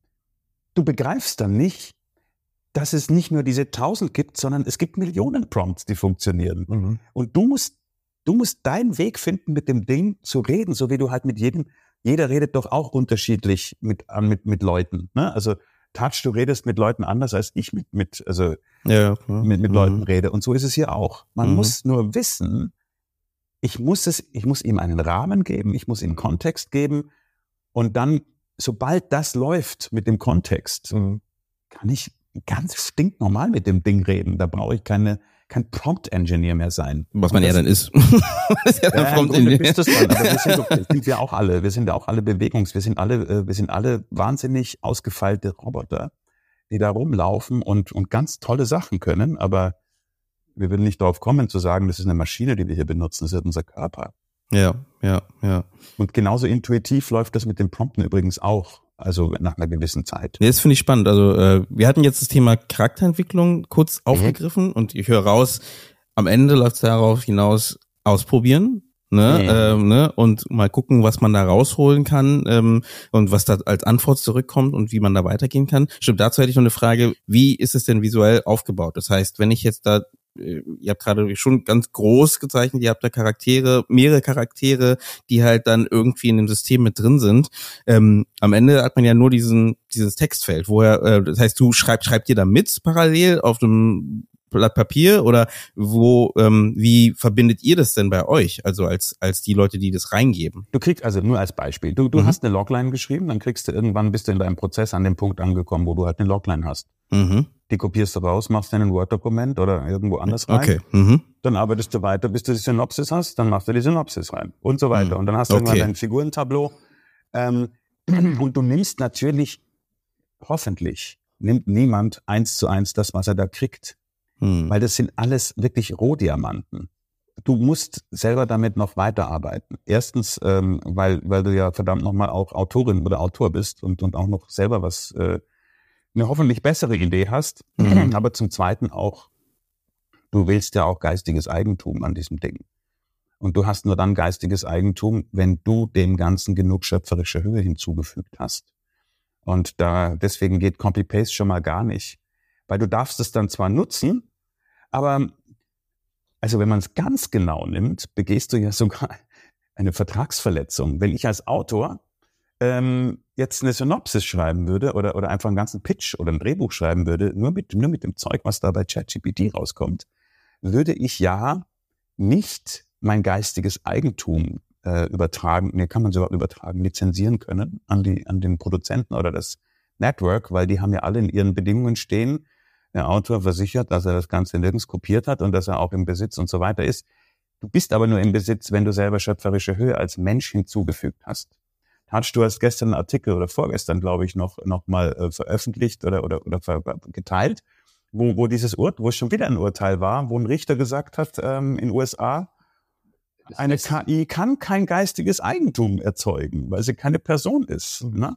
du begreifst dann nicht, dass es nicht nur diese tausend gibt, sondern es gibt Millionen Prompts, die funktionieren. Mhm. Und du musst, du musst deinen Weg finden, mit dem Ding zu reden, so wie du halt mit jedem, jeder redet doch auch unterschiedlich mit, mit, mit Leuten, ne? Also, Touch, du redest mit Leuten anders, als ich mit, mit, also, ja, ja. mit, mit mhm. Leuten rede. Und so ist es hier auch. Man mhm. muss nur wissen, ich muss es, ich muss ihm einen Rahmen geben, ich muss ihm Kontext geben. Und dann, sobald das läuft mit dem Kontext, mhm. kann ich ganz stinknormal mit dem Ding reden. Da brauche ich keine, kein Prompt-Engineer mehr sein. Was man ja dann ist. ist ja dann ja, Prompt-Engineer. Bist das dann, aber wir sind, doch, sind wir auch alle. Wir sind ja auch alle Bewegungs, wir sind alle, wir sind alle wahnsinnig ausgefeilte Roboter, die da rumlaufen und, und ganz tolle Sachen können. Aber wir würden nicht darauf kommen zu sagen, das ist eine Maschine, die wir hier benutzen. Das ist unser Körper. Ja, ja, ja. Und genauso intuitiv läuft das mit den Prompten übrigens auch. Also nach einer gewissen Zeit. Ja, das finde ich spannend. Also äh, wir hatten jetzt das Thema Charakterentwicklung kurz aufgegriffen mhm. und ich höre raus, am Ende läuft es darauf hinaus, ausprobieren, ne, mhm. ähm, ne, und mal gucken, was man da rausholen kann ähm, und was da als Antwort zurückkommt und wie man da weitergehen kann. Stimmt, dazu hätte ich noch eine Frage, wie ist es denn visuell aufgebaut? Das heißt, wenn ich jetzt da ihr habt gerade schon ganz groß gezeichnet, ihr habt da Charaktere, mehrere Charaktere, die halt dann irgendwie in dem System mit drin sind. Ähm, am Ende hat man ja nur diesen dieses Textfeld, woher, äh, das heißt, du schreibst schreibt ihr da mit parallel auf dem Blatt Papier oder wo, ähm, wie verbindet ihr das denn bei euch, also als als die Leute, die das reingeben? Du kriegst also nur als Beispiel, du du mhm. hast eine Logline geschrieben, dann kriegst du irgendwann, bist du in deinem Prozess an dem Punkt angekommen, wo du halt eine Logline hast. Mhm. Die kopierst du raus, machst in ein Word-Dokument oder irgendwo anders rein. Okay. Mhm. Dann arbeitest du weiter, bis du die Synopsis hast, dann machst du die Synopsis rein und so weiter. Mhm. Und dann hast du okay. irgendwann dein Figurentableau. Ähm, und du nimmst natürlich, hoffentlich, nimmt niemand eins zu eins das, was er da kriegt. Mhm. Weil das sind alles wirklich Rohdiamanten. Du musst selber damit noch weiterarbeiten. Erstens, ähm, weil weil du ja verdammt nochmal auch Autorin oder Autor bist und und auch noch selber was äh, eine hoffentlich bessere Idee hast, mhm. aber zum Zweiten auch, du willst ja auch geistiges Eigentum an diesem Ding. Und du hast nur dann geistiges Eigentum, wenn du dem Ganzen genug schöpferische Höhe hinzugefügt hast. Und da deswegen geht Copy-Paste schon mal gar nicht. Weil du darfst es dann zwar nutzen, aber also wenn man es ganz genau nimmt, begehst du ja sogar eine Vertragsverletzung. Wenn ich als Autor ähm, jetzt eine Synopsis schreiben würde oder oder einfach einen ganzen Pitch oder ein Drehbuch schreiben würde, nur mit nur mit dem Zeug, was da bei ChatGPT rauskommt, würde ich ja nicht mein geistiges Eigentum äh, übertragen, nee, kann man sogar übertragen, lizenzieren können an die an den Produzenten oder das Network, weil die haben ja alle in ihren Bedingungen stehen, der Autor versichert, dass er das Ganze nirgends kopiert hat und dass er auch im Besitz und so weiter ist. Du bist aber nur im Besitz, wenn du selber schöpferische Höhe als Mensch hinzugefügt hast. Hatsch, du hast gestern einen Artikel oder vorgestern, glaube ich, noch noch mal äh, veröffentlicht oder oder oder ver- geteilt, wo wo dieses Ur, wo es schon wieder ein Urteil war, wo ein Richter gesagt hat, ähm, in U S A, eine K I kann kein geistiges Eigentum erzeugen, weil sie keine Person ist. Ne?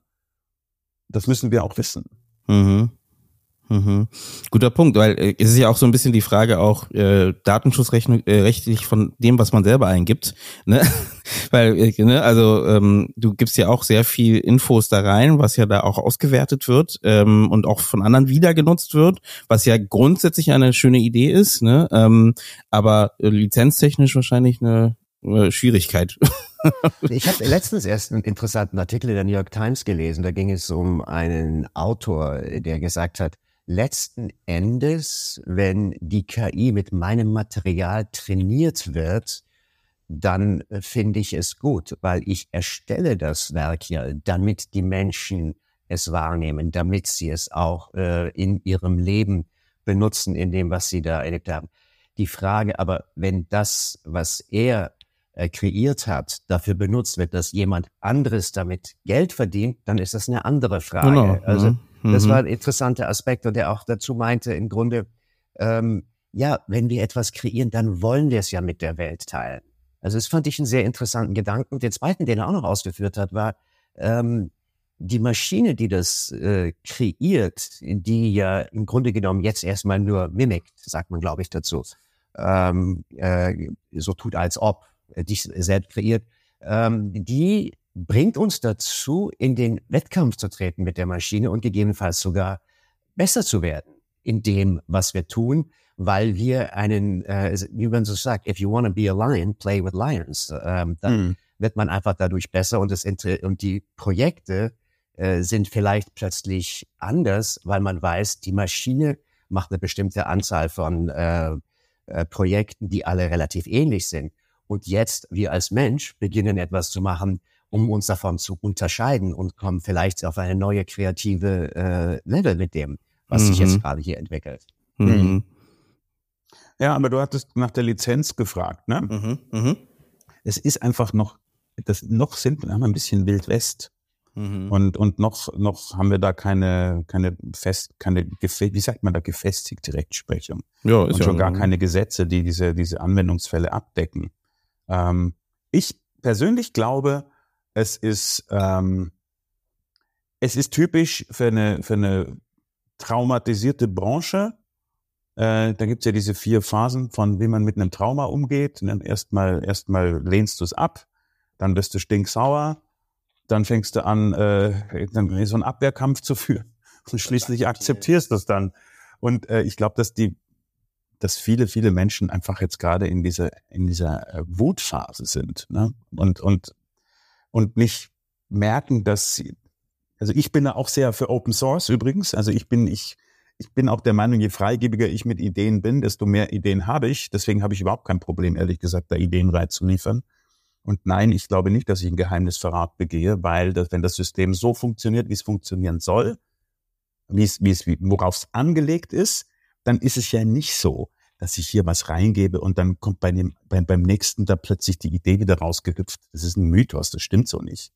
Das müssen wir auch wissen. Mhm. Mhm. Guter Punkt, weil äh, es ist ja auch so ein bisschen die Frage auch äh, datenschutzrechtlich äh, von dem, was man selber eingibt, ne? Weil äh, ne, also ähm, du gibst ja auch sehr viel Infos da rein, was ja da auch ausgewertet wird ähm, und auch von anderen wieder genutzt wird, was ja grundsätzlich eine schöne Idee ist, ne? Ähm, aber äh, lizenztechnisch wahrscheinlich eine äh, Schwierigkeit. Ich habe letztens erst einen interessanten Artikel in der New York Times gelesen. Da ging es um einen Autor, der gesagt hat, letzten Endes, wenn die K I mit meinem Material trainiert wird, dann finde ich es gut, weil ich erstelle das Werk ja, damit die Menschen es wahrnehmen, damit sie es auch äh, in ihrem Leben benutzen, in dem, was sie da erlebt haben. Die Frage aber, wenn das, was er äh, kreiert hat, dafür benutzt wird, dass jemand anderes damit Geld verdient, dann ist das eine andere Frage. Genau. Also Mhm. das war ein interessanter Aspekt, und der auch dazu meinte, im Grunde, ähm, ja, wenn wir etwas kreieren, dann wollen wir es ja mit der Welt teilen. Also das fand ich einen sehr interessanten Gedanken. Den zweiten, den er auch noch ausgeführt hat, war, ähm, die Maschine, die das äh, kreiert, die ja im Grunde genommen jetzt erstmal nur mimikt, sagt man, glaube ich, dazu, ähm, äh, so tut, als ob, äh, dich selbst kreiert, ähm, die bringt uns dazu, in den Wettkampf zu treten mit der Maschine und gegebenenfalls sogar besser zu werden in dem, was wir tun, weil wir einen, äh, wie man so sagt, if you want to be a lion, play with lions. Ähm, dann mhm. wird man einfach dadurch besser und, das, und die Projekte äh, sind vielleicht plötzlich anders, weil man weiß, die Maschine macht eine bestimmte Anzahl von äh, äh, Projekten, die alle relativ ähnlich sind. Und jetzt, wir als Mensch, beginnen etwas zu machen, um uns davon zu unterscheiden und kommen vielleicht auf eine neue kreative äh, Level mit dem, was mhm. sich jetzt gerade hier entwickelt. Mhm. Ja, aber du hattest nach der Lizenz gefragt, ne? Mhm. Mhm. Es ist einfach noch, das noch sind wir ein bisschen Wild West. Mhm. Und, und noch, noch haben wir da keine, keine fest, keine, wie sagt man da, gefestigte Rechtsprechung. Ja, ist und ja schon gar keine Gesetze, die diese, diese Anwendungsfälle abdecken. Ähm, ich persönlich glaube, es ist, ähm, es ist typisch für eine, für eine traumatisierte Branche. Äh, da gibt's ja diese vier Phasen von, wie man mit einem Trauma umgeht. Erstmal, erstmal lehnst du es ab, dann bist du stinksauer, dann fängst du an, äh, dann so einen Abwehrkampf zu führen und schließlich akzeptierst du es dann. Und äh, ich glaube, dass die, dass viele, viele Menschen einfach jetzt gerade in dieser, in dieser äh, Wutphase sind, ne? Und und und nicht merken, dass sie, also ich bin da auch sehr für Open Source übrigens. Also ich bin ich ich bin auch der Meinung, je freigebiger ich mit Ideen bin, desto mehr Ideen habe ich. Deswegen habe ich überhaupt kein Problem, ehrlich gesagt, da Ideen reinzuliefern. Und nein, ich glaube nicht, dass ich ein Geheimnisverrat begehe, weil das, wenn das System so funktioniert, wie es funktionieren soll, wie es, wie es, worauf es angelegt ist, dann ist es ja nicht so, dass ich hier was reingebe und dann kommt bei dem, bei, beim nächsten da plötzlich die Idee wieder rausgehüpft. Das ist ein Mythos, das stimmt so nicht.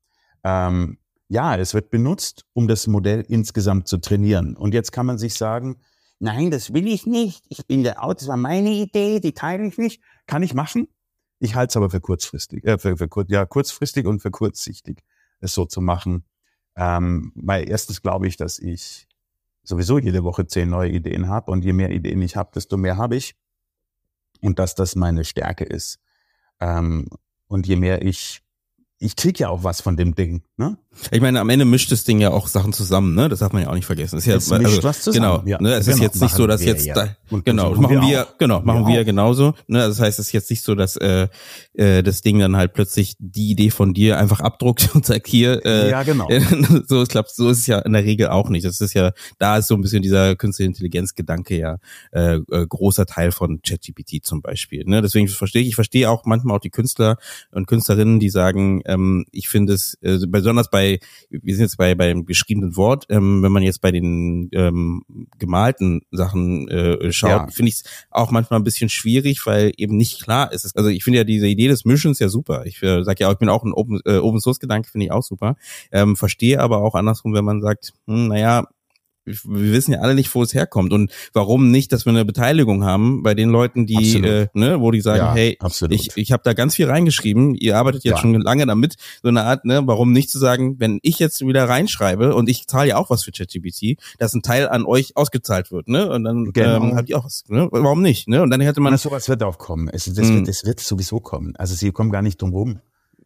Ähm, ja, es wird benutzt, um das Modell insgesamt zu trainieren. Und jetzt kann man sich sagen, nein, das will ich nicht. Ich bin der Autor, das war meine Idee, die teile ich nicht. Kann ich machen? Ich halte es aber für kurzfristig, äh, für, für kur- ja, kurzfristig und für kurzsichtig, es so zu machen. Ähm, weil erstens glaube ich, dass ich sowieso jede Woche zehn neue Ideen habe und je mehr Ideen ich habe, desto mehr habe ich. Und dass das meine Stärke ist. Ähm, und je mehr ich Ich krieg ja auch was von dem Ding, ne? Ich meine, am Ende mischt das Ding ja auch Sachen zusammen, ne? Das darf man ja auch nicht vergessen. Es, ist ja, es mischt also, was zusammen. Genau, ja. ne? Es genau. ist jetzt nicht so, dass wir, jetzt ja. da, Und genau, das das machen wir, wir genau, machen wir wir auch. genauso. Ne? Das heißt, es ist jetzt nicht so, dass äh, äh, das Ding dann halt plötzlich die Idee von dir einfach abdruckt und sagt hier. Äh, ja, genau. so, ich glaube, so ist es ja in der Regel auch nicht. Das ist ja, da ist so ein bisschen dieser künstliche Intelligenz-Gedanke ja äh, äh, großer Teil von ChatGPT zum Beispiel. Ne? Deswegen verstehe ich, ich verstehe auch manchmal auch die Künstler und Künstlerinnen, die sagen, ähm, ich finde es äh, besonders bei, wir sind jetzt bei beim geschriebenen Wort, ähm, wenn man jetzt bei den ähm, gemalten Sachen äh, schaut, Ja. finde ich es auch manchmal ein bisschen schwierig, weil eben nicht klar ist. Also ich finde ja diese Idee des Mischens ja super. Ich äh, sage ja auch, ich bin auch ein Open, äh, Open Source Gedanke, finde ich auch super. Ähm, verstehe aber auch andersrum, wenn man sagt, hm, naja, wir wissen ja alle nicht, wo es herkommt und warum nicht, dass wir eine Beteiligung haben bei den Leuten, die, äh, ne, wo die sagen, Ja, hey, absolut. ich ich habe da ganz viel reingeschrieben, ihr arbeitet jetzt Ja. schon lange damit, so eine Art, ne, warum nicht zu sagen, wenn ich jetzt wieder reinschreibe und ich zahle ja auch was für ChatGPT, dass ein Teil an euch ausgezahlt wird, ne, und dann Genau. ähm, habt ihr auch was, ne, warum nicht, ne, und dann hätte man, Und sowas wird auch kommen. Es, das, Mhm. wird, das wird sowieso kommen. Also sie kommen gar nicht drum rum.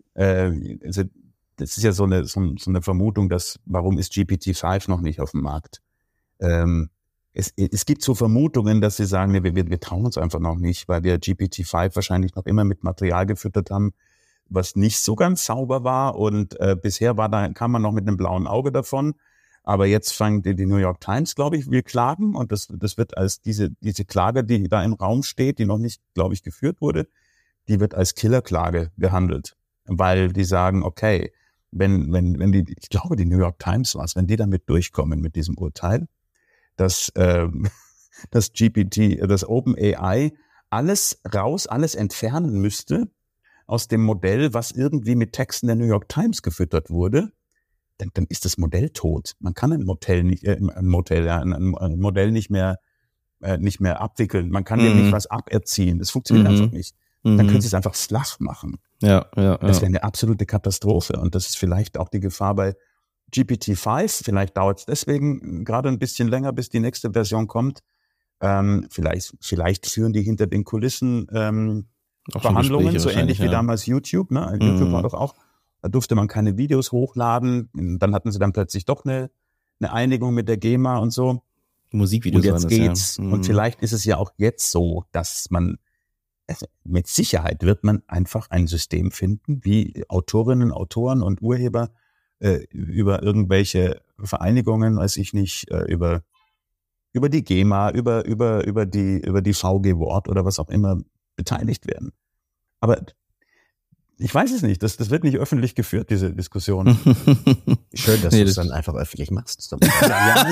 Äh, also das ist ja so eine, so, so eine Vermutung, dass, warum ist G P T fünf noch nicht auf dem Markt? Ähm, es, es gibt so Vermutungen, dass sie sagen, wir, wir, wir trauen uns einfach noch nicht, weil wir G P T fünf wahrscheinlich noch immer mit Material gefüttert haben, was nicht so ganz sauber war. Und äh, bisher war da, kam man noch mit einem blauen Auge davon. Aber jetzt fängt die, die New York Times, glaube ich, will klagen. Und das, das wird als diese, diese Klage, die da im Raum steht, die noch nicht, glaube ich, geführt wurde, die wird als Killerklage gehandelt. Weil die sagen, okay, wenn, wenn, wenn die, ich glaube, die New York Times war es, wenn die damit durchkommen mit diesem Urteil, dass, ähm, dass G P T, das OpenAI alles raus, alles entfernen müsste aus dem Modell, was irgendwie mit Texten der New York Times gefüttert wurde, dann, dann ist das Modell tot. Man kann ein Modell nicht, äh, ein Modell, ja, ein, ein Modell nicht mehr, äh, nicht mehr abwickeln. Man kann Mhm. dem nicht was aberziehen. Das funktioniert Mhm. einfach nicht. Dann können mhm. sie es einfach flach machen. ja, ja, Das ja. wäre eine absolute Katastrophe. Und das ist vielleicht auch die Gefahr bei G P T fünf. Vielleicht dauert es deswegen gerade ein bisschen länger, bis die nächste Version kommt, Ähm, vielleicht, vielleicht führen die hinter den Kulissen ähm, Verhandlungen, so ähnlich wie ja. damals YouTube. Ne? Mhm. YouTube war doch auch, da durfte man keine Videos hochladen. Dann hatten sie dann plötzlich doch eine, eine Einigung mit der GEMA und so. Musikvideos und jetzt waren das, geht's. ja. Mhm. Und vielleicht ist es ja auch jetzt so, dass man, also mit Sicherheit wird man einfach ein System finden, wie Autorinnen, Autoren und Urheber äh, über irgendwelche Vereinigungen, weiß ich nicht, äh, über über die GEMA, über über über die über die V G Wort oder was auch immer beteiligt werden. Aber ich weiß es nicht, das, das wird nicht öffentlich geführt, diese Diskussion. Schön, dass Nee, du es das- dann einfach öffentlich machst. Ja,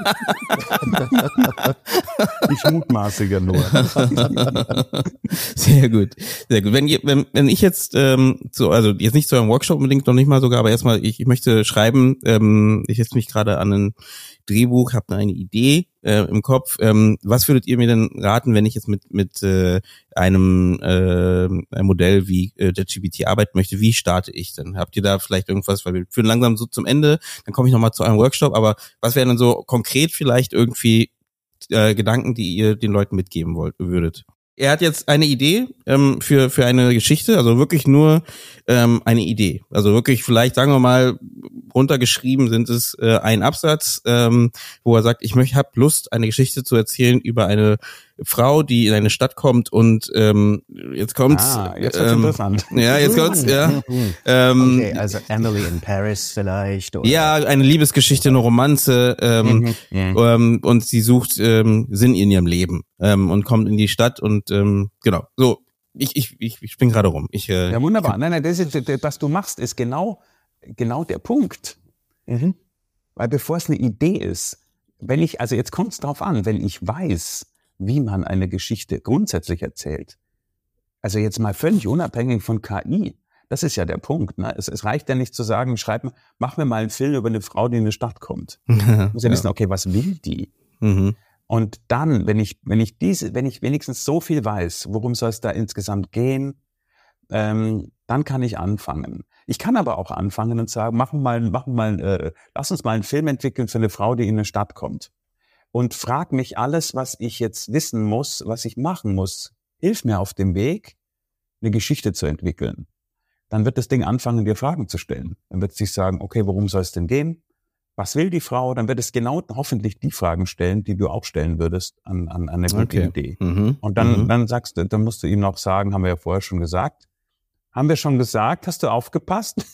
ich mutmaße ja nur. Sehr gut, sehr gut. Wenn, ihr, wenn, wenn ich jetzt, ähm, so, also jetzt nicht zu einem Workshop unbedingt, noch nicht mal sogar, aber erstmal, ich, ich möchte schreiben, ähm, ich setze mich gerade an ein Drehbuch, habe eine Idee äh, im Kopf. Ähm, was würdet ihr mir denn raten, wenn ich jetzt mit mit äh, einem, äh, einem Modell wie äh, ChatGPT arbeiten möchte? Wie starte ich denn? Habt ihr da vielleicht irgendwas, weil wir führen langsam so zum Ende, dann komme ich nochmal zu einem Workshop, aber was wären denn so konkret vielleicht irgendwie äh, Gedanken, die ihr den Leuten mitgeben wollt, würdet? Er hat jetzt eine Idee ähm, für für eine Geschichte, also wirklich nur ähm, eine Idee. Also wirklich vielleicht, sagen wir mal, runtergeschrieben sind es äh, ein Absatz, ähm, wo er sagt, ich möchte, habe Lust, eine Geschichte zu erzählen über eine Frau, die in eine Stadt kommt und ähm, jetzt kommt's. Ah, jetzt wird's ähm, interessant. Ja, jetzt kommt's. Ja. ähm, Okay, also Emily in Paris vielleicht. Oder? Ja, eine Liebesgeschichte, eine Romanze ähm, Mhm. ähm, und sie sucht ähm, Sinn in ihrem Leben ähm, und kommt in die Stadt und ähm, genau, so, ich ich ich, ich spring gerade rum. Ich, äh, Ja, wunderbar. Nein, nein, das ist, das, was du machst, ist genau, genau der Punkt. Mhm. Weil bevor es eine Idee ist, wenn ich, also jetzt kommt es drauf an, wenn ich weiß, wie man eine Geschichte grundsätzlich erzählt, also jetzt mal völlig unabhängig von K I, das ist ja der Punkt. Ne? Es, es reicht ja nicht zu sagen, schreib, mach mir mal einen Film über eine Frau, die in eine Stadt kommt. Ich muss ja, wissen, okay, was will die? mhm. Und dann, wenn ich, wenn ich diese, wenn ich wenigstens so viel weiß, worum soll es da insgesamt gehen, ähm, dann kann ich anfangen. Ich kann aber auch anfangen und sagen, machen mal, machen mal, äh, lass uns mal einen Film entwickeln für eine Frau, die in eine Stadt kommt. Und frag mich alles, was ich jetzt wissen muss, was ich machen muss. Hilf mir auf dem Weg, eine Geschichte zu entwickeln. Dann wird das Ding anfangen, dir Fragen zu stellen. Dann wird es sich sagen, okay, worum soll es denn gehen? Was will die Frau? Dann wird es genau hoffentlich die Fragen stellen, die du auch stellen würdest an, an, an eine gute Okay. Idee. Mhm. Und dann, mhm. dann sagst du, dann musst du ihm noch sagen, haben wir ja vorher schon gesagt. Haben wir schon gesagt? Hast du aufgepasst?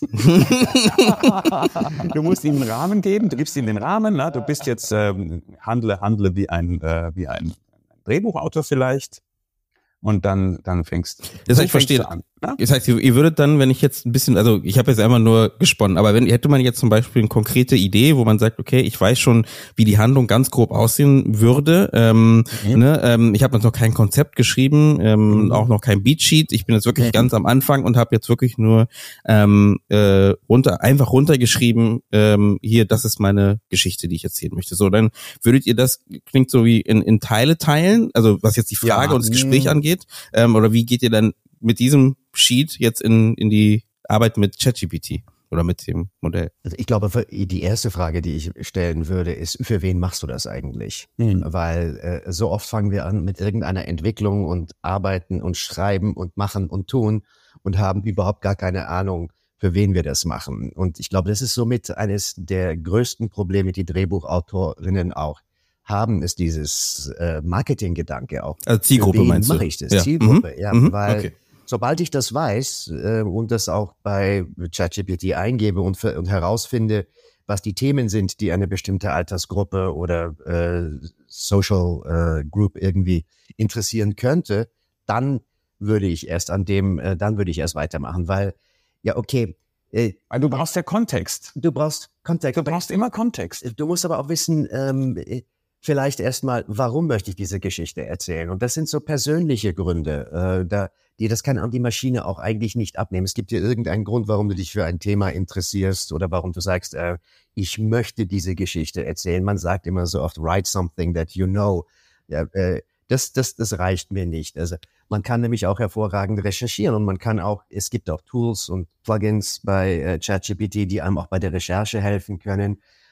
Du musst ihm einen Rahmen geben. Du gibst ihm den Rahmen. Na? Du bist jetzt ähm, handle, handle wie ein äh, wie ein Drehbuchautor vielleicht. Und dann dann fängst. Das so heißt, ich verstehe. fängst du an, ne? Das heißt, ihr, ihr würdet dann, wenn ich jetzt ein bisschen, also ich habe jetzt einfach nur gesponnen, aber wenn hätte man jetzt zum Beispiel eine konkrete Idee, wo man sagt, okay, ich weiß schon, wie die Handlung ganz grob aussehen würde. Ähm, Mhm. ne, ähm, ich habe jetzt noch kein Konzept geschrieben, ähm, Mhm. auch noch kein Beatsheet. Ich bin jetzt wirklich Mhm. ganz am Anfang und habe jetzt wirklich nur ähm, äh, runter, einfach runtergeschrieben. Ähm, hier, das ist meine Geschichte, die ich erzählen möchte. So, dann würdet ihr das klingt so wie in, in Teile teilen, also was jetzt die Frage Ja. und das Gespräch Mhm. angeht, ähm, oder wie geht ihr dann mit diesem Sheet jetzt in in die Arbeit mit ChatGPT oder mit dem Modell? Also ich glaube, für die erste Frage, die ich stellen würde, ist, für wen machst du das eigentlich? Mhm. Weil äh, so oft fangen wir an mit irgendeiner Entwicklung und arbeiten und schreiben und machen und tun und haben überhaupt gar keine Ahnung, für wen wir das machen. Und ich glaube, das ist somit eines der größten Probleme, die Drehbuchautorinnen auch haben, ist dieses äh, Marketinggedanke auch. Also Zielgruppe Für wen meinst du? mache ich das? Ja. Zielgruppe, Mhm. ja, Mhm. weil Okay. sobald ich das weiß äh, und das auch bei ChatGPT eingebe und, für, und herausfinde, was die Themen sind, die eine bestimmte Altersgruppe oder äh, Social äh, Group irgendwie interessieren könnte, dann würde ich erst an dem, äh, dann würde ich erst weitermachen, weil ja okay, äh, Weil du brauchst ja Kontext. du brauchst Kontext. Du brauchst immer Kontext. Du musst aber auch wissen, ähm, vielleicht erstmal, warum möchte ich diese Geschichte erzählen? Und das sind so persönliche Gründe, äh, da, die, das kann die Maschine auch eigentlich nicht abnehmen. Es gibt ja irgendeinen Grund, warum du dich für ein Thema interessierst oder warum du sagst, äh, ich möchte diese Geschichte erzählen. Man sagt immer so oft, write something that you know. Ja, äh, das, das, das reicht mir nicht. Also man kann nämlich auch hervorragend recherchieren und man kann auch, es gibt auch Tools und Plugins bei äh, ChatGPT, die einem auch bei der Recherche helfen können.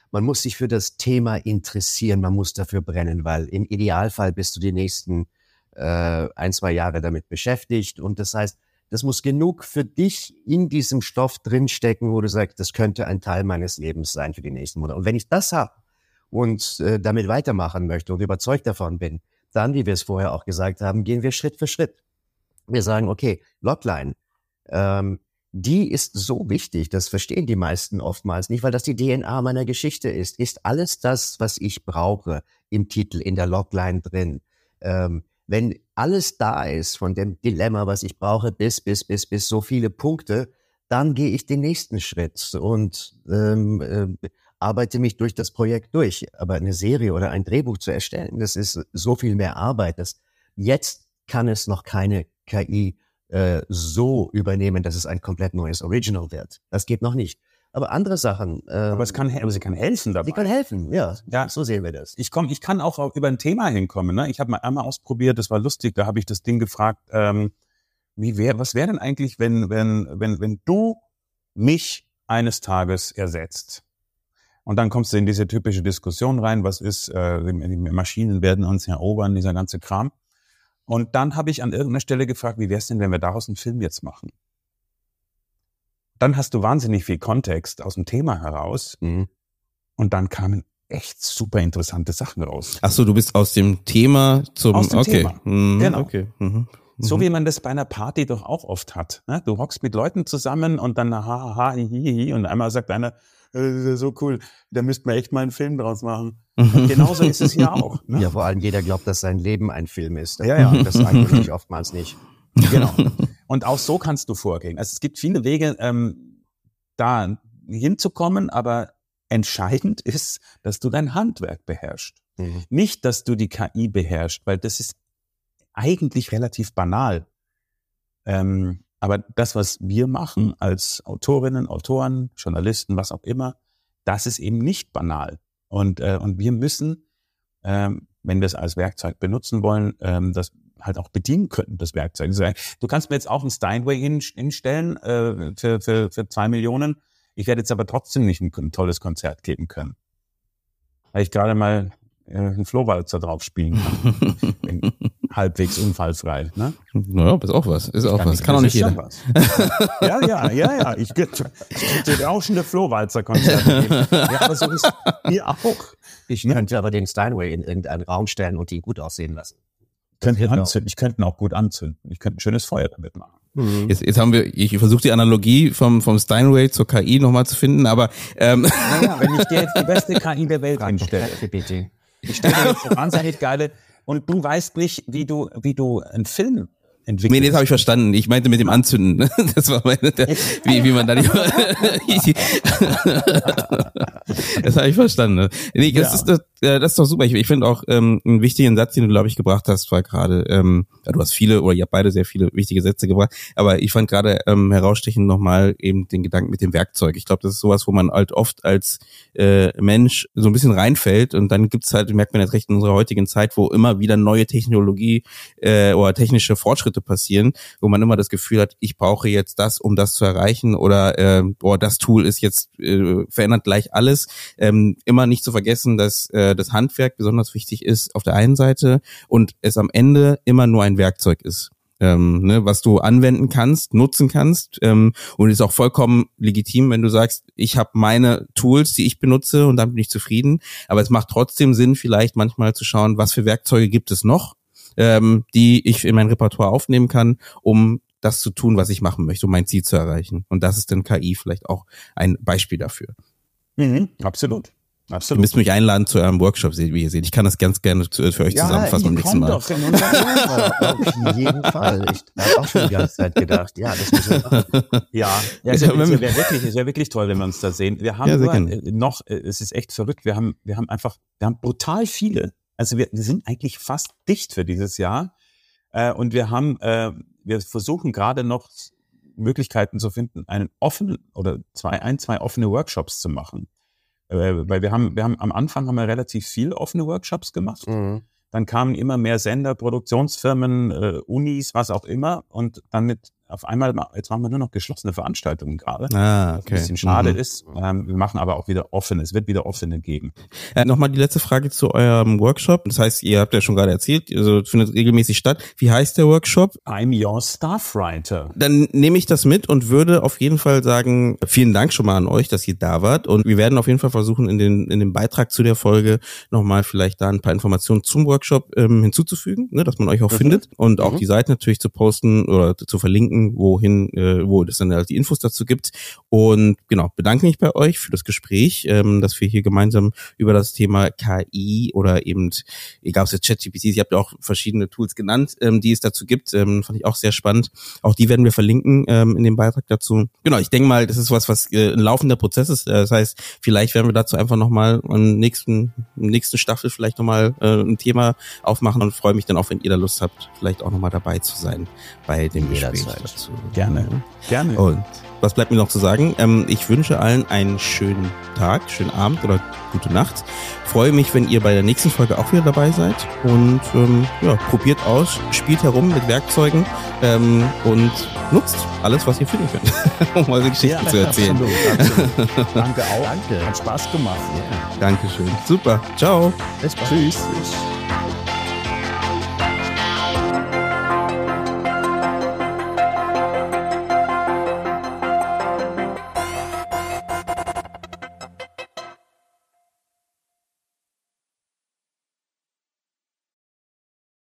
man muss sich für das Thema interessieren, man muss dafür brennen, weil im Idealfall bist du die nächsten äh, ein, zwei Jahre damit beschäftigt. Und das heißt, das muss genug für dich in diesem Stoff drinstecken, wo du sagst, das könnte ein Teil meines Lebens sein für die nächsten Monate. Und wenn ich das habe und äh, damit weitermachen möchte und überzeugt davon bin, dann, wie wir es vorher auch gesagt haben, gehen wir Schritt für Schritt. Wir sagen, okay, Logline, ähm, die ist so wichtig, das verstehen die meisten oftmals nicht, weil das die D N A meiner Geschichte ist. Ist alles das, was ich brauche, im Titel, in der Logline drin. Ähm, wenn alles da ist von dem Dilemma, was ich brauche, bis, bis, bis, bis so viele Punkte, dann gehe ich den nächsten Schritt und ähm, äh, arbeite mich durch das Projekt durch. Aber eine Serie oder ein Drehbuch zu erstellen, das ist so viel mehr Arbeit. Dass jetzt kann es noch keine K I äh, so übernehmen, dass es ein komplett neues Original wird. Das geht noch nicht. Aber andere Sachen. Äh, aber es kann, aber sie kann helfen dabei. Sie kann helfen, ja. Ja, so sehen wir das. Ich komm, ich kann auch über ein Thema hinkommen. Ne? Ich habe mal einmal ausprobiert, das war lustig. Da habe ich das Ding gefragt, ähm, wie wär, was wäre denn eigentlich, wenn, wenn, wenn, wenn du mich eines Tages ersetzt? Und dann kommst du in diese typische Diskussion rein, was ist, äh, die Maschinen werden uns erobern, dieser ganze Kram. Und dann habe ich an irgendeiner Stelle gefragt, wie wäre es denn, wenn wir daraus einen Film jetzt machen? Dann hast du wahnsinnig viel Kontext aus dem Thema heraus. Mhm. Und dann kamen echt super interessante Sachen raus. Ach so, du bist aus dem Thema zum... Aus dem okay. Thema, Mhm, genau. Okay. Mhm. So wie man das bei einer Party doch auch oft hat. Ne? Du hockst mit Leuten zusammen und dann ha, ha, ha, hi, hi, hi, und einmal sagt einer, äh, so cool, da müssten wir echt mal einen Film draus machen. Und genauso ist es hier auch. Ne? Ja, vor allem jeder glaubt, dass sein Leben ein Film ist. Ja, ja. Das eigentlich oftmals nicht. Genau. Und auch so kannst du vorgehen. Also es gibt viele Wege, ähm, da hinzukommen, aber entscheidend ist, dass du dein Handwerk beherrschst. Mhm. Nicht, dass du die K I beherrschst, weil das ist eigentlich relativ banal. Ähm, aber das, was wir machen als Autorinnen, Autoren, Journalisten, was auch immer, das ist eben nicht banal. Und, äh, und wir müssen, ähm, wenn wir es als Werkzeug benutzen wollen, ähm, das halt auch bedienen können, das Werkzeug. Du kannst mir jetzt auch ein Steinway hin, hinstellen äh, für, für, für zwei Millionen. Ich werde jetzt aber trotzdem nicht ein, ein tolles Konzert geben können. Weil ich gerade mal äh, einen Flohwalzer drauf spielen kann. Bin halbwegs unfallfrei. Ne? Naja, ist auch was. Ist auch kann was. nicht, Kann auch nicht jeder. Was. Ja, ja, ja, ja. Ich könnte rauschende Flohwalzer-Konzerte geben. Ja, aber so ist hier auch. Ich könnte aber den Steinway in irgendeinen Raum stellen und ihn gut aussehen lassen. Könnte anzünden. Ich könnte ihn auch gut anzünden. Ich könnte ein schönes Feuer damit machen. Jetzt, jetzt haben wir, ich versuche die Analogie vom, vom Steinway zur K I nochmal zu finden, aber ähm, naja, wenn ich dir jetzt die beste K I der Welt hinstelle, bitte. ich stelle dir jetzt eine wahnsinnig geile, und du weißt nicht, wie du, wie du einen Film entwickelst. Nee, das habe ich verstanden. Ich meinte mit dem Anzünden. Das war meine, der, wie, wie man da nicht. Das habe ich verstanden. Nee, das, ja. ist, das, das ist doch super. Ich, ich finde auch ähm, einen wichtigen Satz, den du, glaube ich, gebracht hast, war gerade, ähm, ja, du hast viele, oder ihr habt beide sehr viele wichtige Sätze gebracht, aber ich fand gerade ähm, herausstechend nochmal eben den Gedanken mit dem Werkzeug. Ich glaube, das ist sowas, wo man halt oft als äh, Mensch so ein bisschen reinfällt, und dann gibt's halt, merkt man jetzt recht in unserer heutigen Zeit, wo immer wieder neue Technologie äh, oder technische Fortschritte passieren, wo man immer das Gefühl hat, ich brauche jetzt das, um das zu erreichen, oder äh, boah, das Tool ist jetzt äh, verändert gleich alles. Ähm, immer nicht zu vergessen, dass äh, das Handwerk besonders wichtig ist auf der einen Seite und es am Ende immer nur ein Werkzeug ist. Ähm, ne, was du anwenden kannst, nutzen kannst, ähm, und ist auch vollkommen legitim, wenn du sagst, ich habe meine Tools, die ich benutze, und dann bin ich zufrieden, aber es macht trotzdem Sinn, vielleicht manchmal zu schauen, was für Werkzeuge gibt es noch, ähm, die ich in mein Repertoire aufnehmen kann, um das zu tun, was ich machen möchte, um mein Ziel zu erreichen. Und das ist dann K I vielleicht auch ein Beispiel dafür. Mhm, absolut. Absolut. Ihr müsst mich einladen zu eurem Workshop, wie ihr seht. Ich kann das ganz gerne für euch ja, zusammenfassen beim nächsten Mal. Doch in unser Auf jeden Fall. Ich habe auch schon die ganze Zeit gedacht, ja, das müssen wir machen. Ja, ja, es wäre wär wirklich, es wäre wirklich toll, wenn wir uns da sehen. Wir haben ja, nur, noch, es ist echt verrückt, wir haben, wir haben einfach, wir haben brutal viele. Also wir, wir sind eigentlich fast dicht für dieses Jahr. Äh, und wir haben, äh, wir versuchen gerade noch Möglichkeiten zu finden, einen offenen oder zwei, ein, zwei offene Workshops zu machen. Weil wir haben, wir haben am Anfang haben wir relativ viel offene Workshops gemacht. Mhm. Dann kamen immer mehr Sender, Produktionsfirmen, äh, Unis, was auch immer. Und dann mit auf einmal, jetzt machen wir nur noch geschlossene Veranstaltungen gerade. Ah, okay. Was ein bisschen schade Mhm. ist. Ähm, wir machen aber auch wieder offene, es wird wieder offene geben. Äh, Nochmal die letzte Frage zu eurem Workshop. Das heißt, ihr habt ja schon gerade erzählt, also findet regelmäßig statt. Wie heißt der Workshop? I'm your Staffwriter. Dann nehme ich das mit und würde auf jeden Fall sagen, vielen Dank schon mal an euch, dass ihr da wart. Und wir werden auf jeden Fall versuchen, in den in dem Beitrag zu der Folge nochmal vielleicht da ein paar Informationen zum Workshop ähm, hinzuzufügen, ne, dass man euch auch mhm. findet und auch mhm. die Seite natürlich zu posten oder zu verlinken, wohin, äh, wo es dann halt die Infos dazu gibt. Und genau, bedanke mich bei euch für das Gespräch, ähm, dass wir hier gemeinsam über das Thema K I oder eben, egal ob es jetzt ChatGPT, ihr habt ja auch verschiedene Tools genannt, ähm, die es dazu gibt, ähm, fand ich auch sehr spannend. Auch die werden wir verlinken ähm, in dem Beitrag dazu. Genau, ich denke mal, das ist was, was äh, ein laufender Prozess ist. Das heißt, vielleicht werden wir dazu einfach nochmal im nächsten, im nächsten Staffel vielleicht nochmal äh, ein Thema aufmachen und freue mich dann auch, wenn ihr da Lust habt, vielleicht auch nochmal dabei zu sein bei dem Gespräch dazu. Gerne, ja. gerne. Und was bleibt mir noch zu sagen? Ähm, ich wünsche allen einen schönen Tag, schönen Abend oder gute Nacht. Freue mich, wenn ihr bei der nächsten Folge auch wieder dabei seid. Und ähm, ja, probiert aus, spielt herum mit Werkzeugen ähm, und nutzt alles, was ihr finden könnt, um eure Geschichten ja, zu erzählen. Absolut, absolut. Danke auch. Danke. Hat Spaß gemacht. Yeah. Dankeschön. Super. Ciao. Bis bald. Tschüss. Tschüss.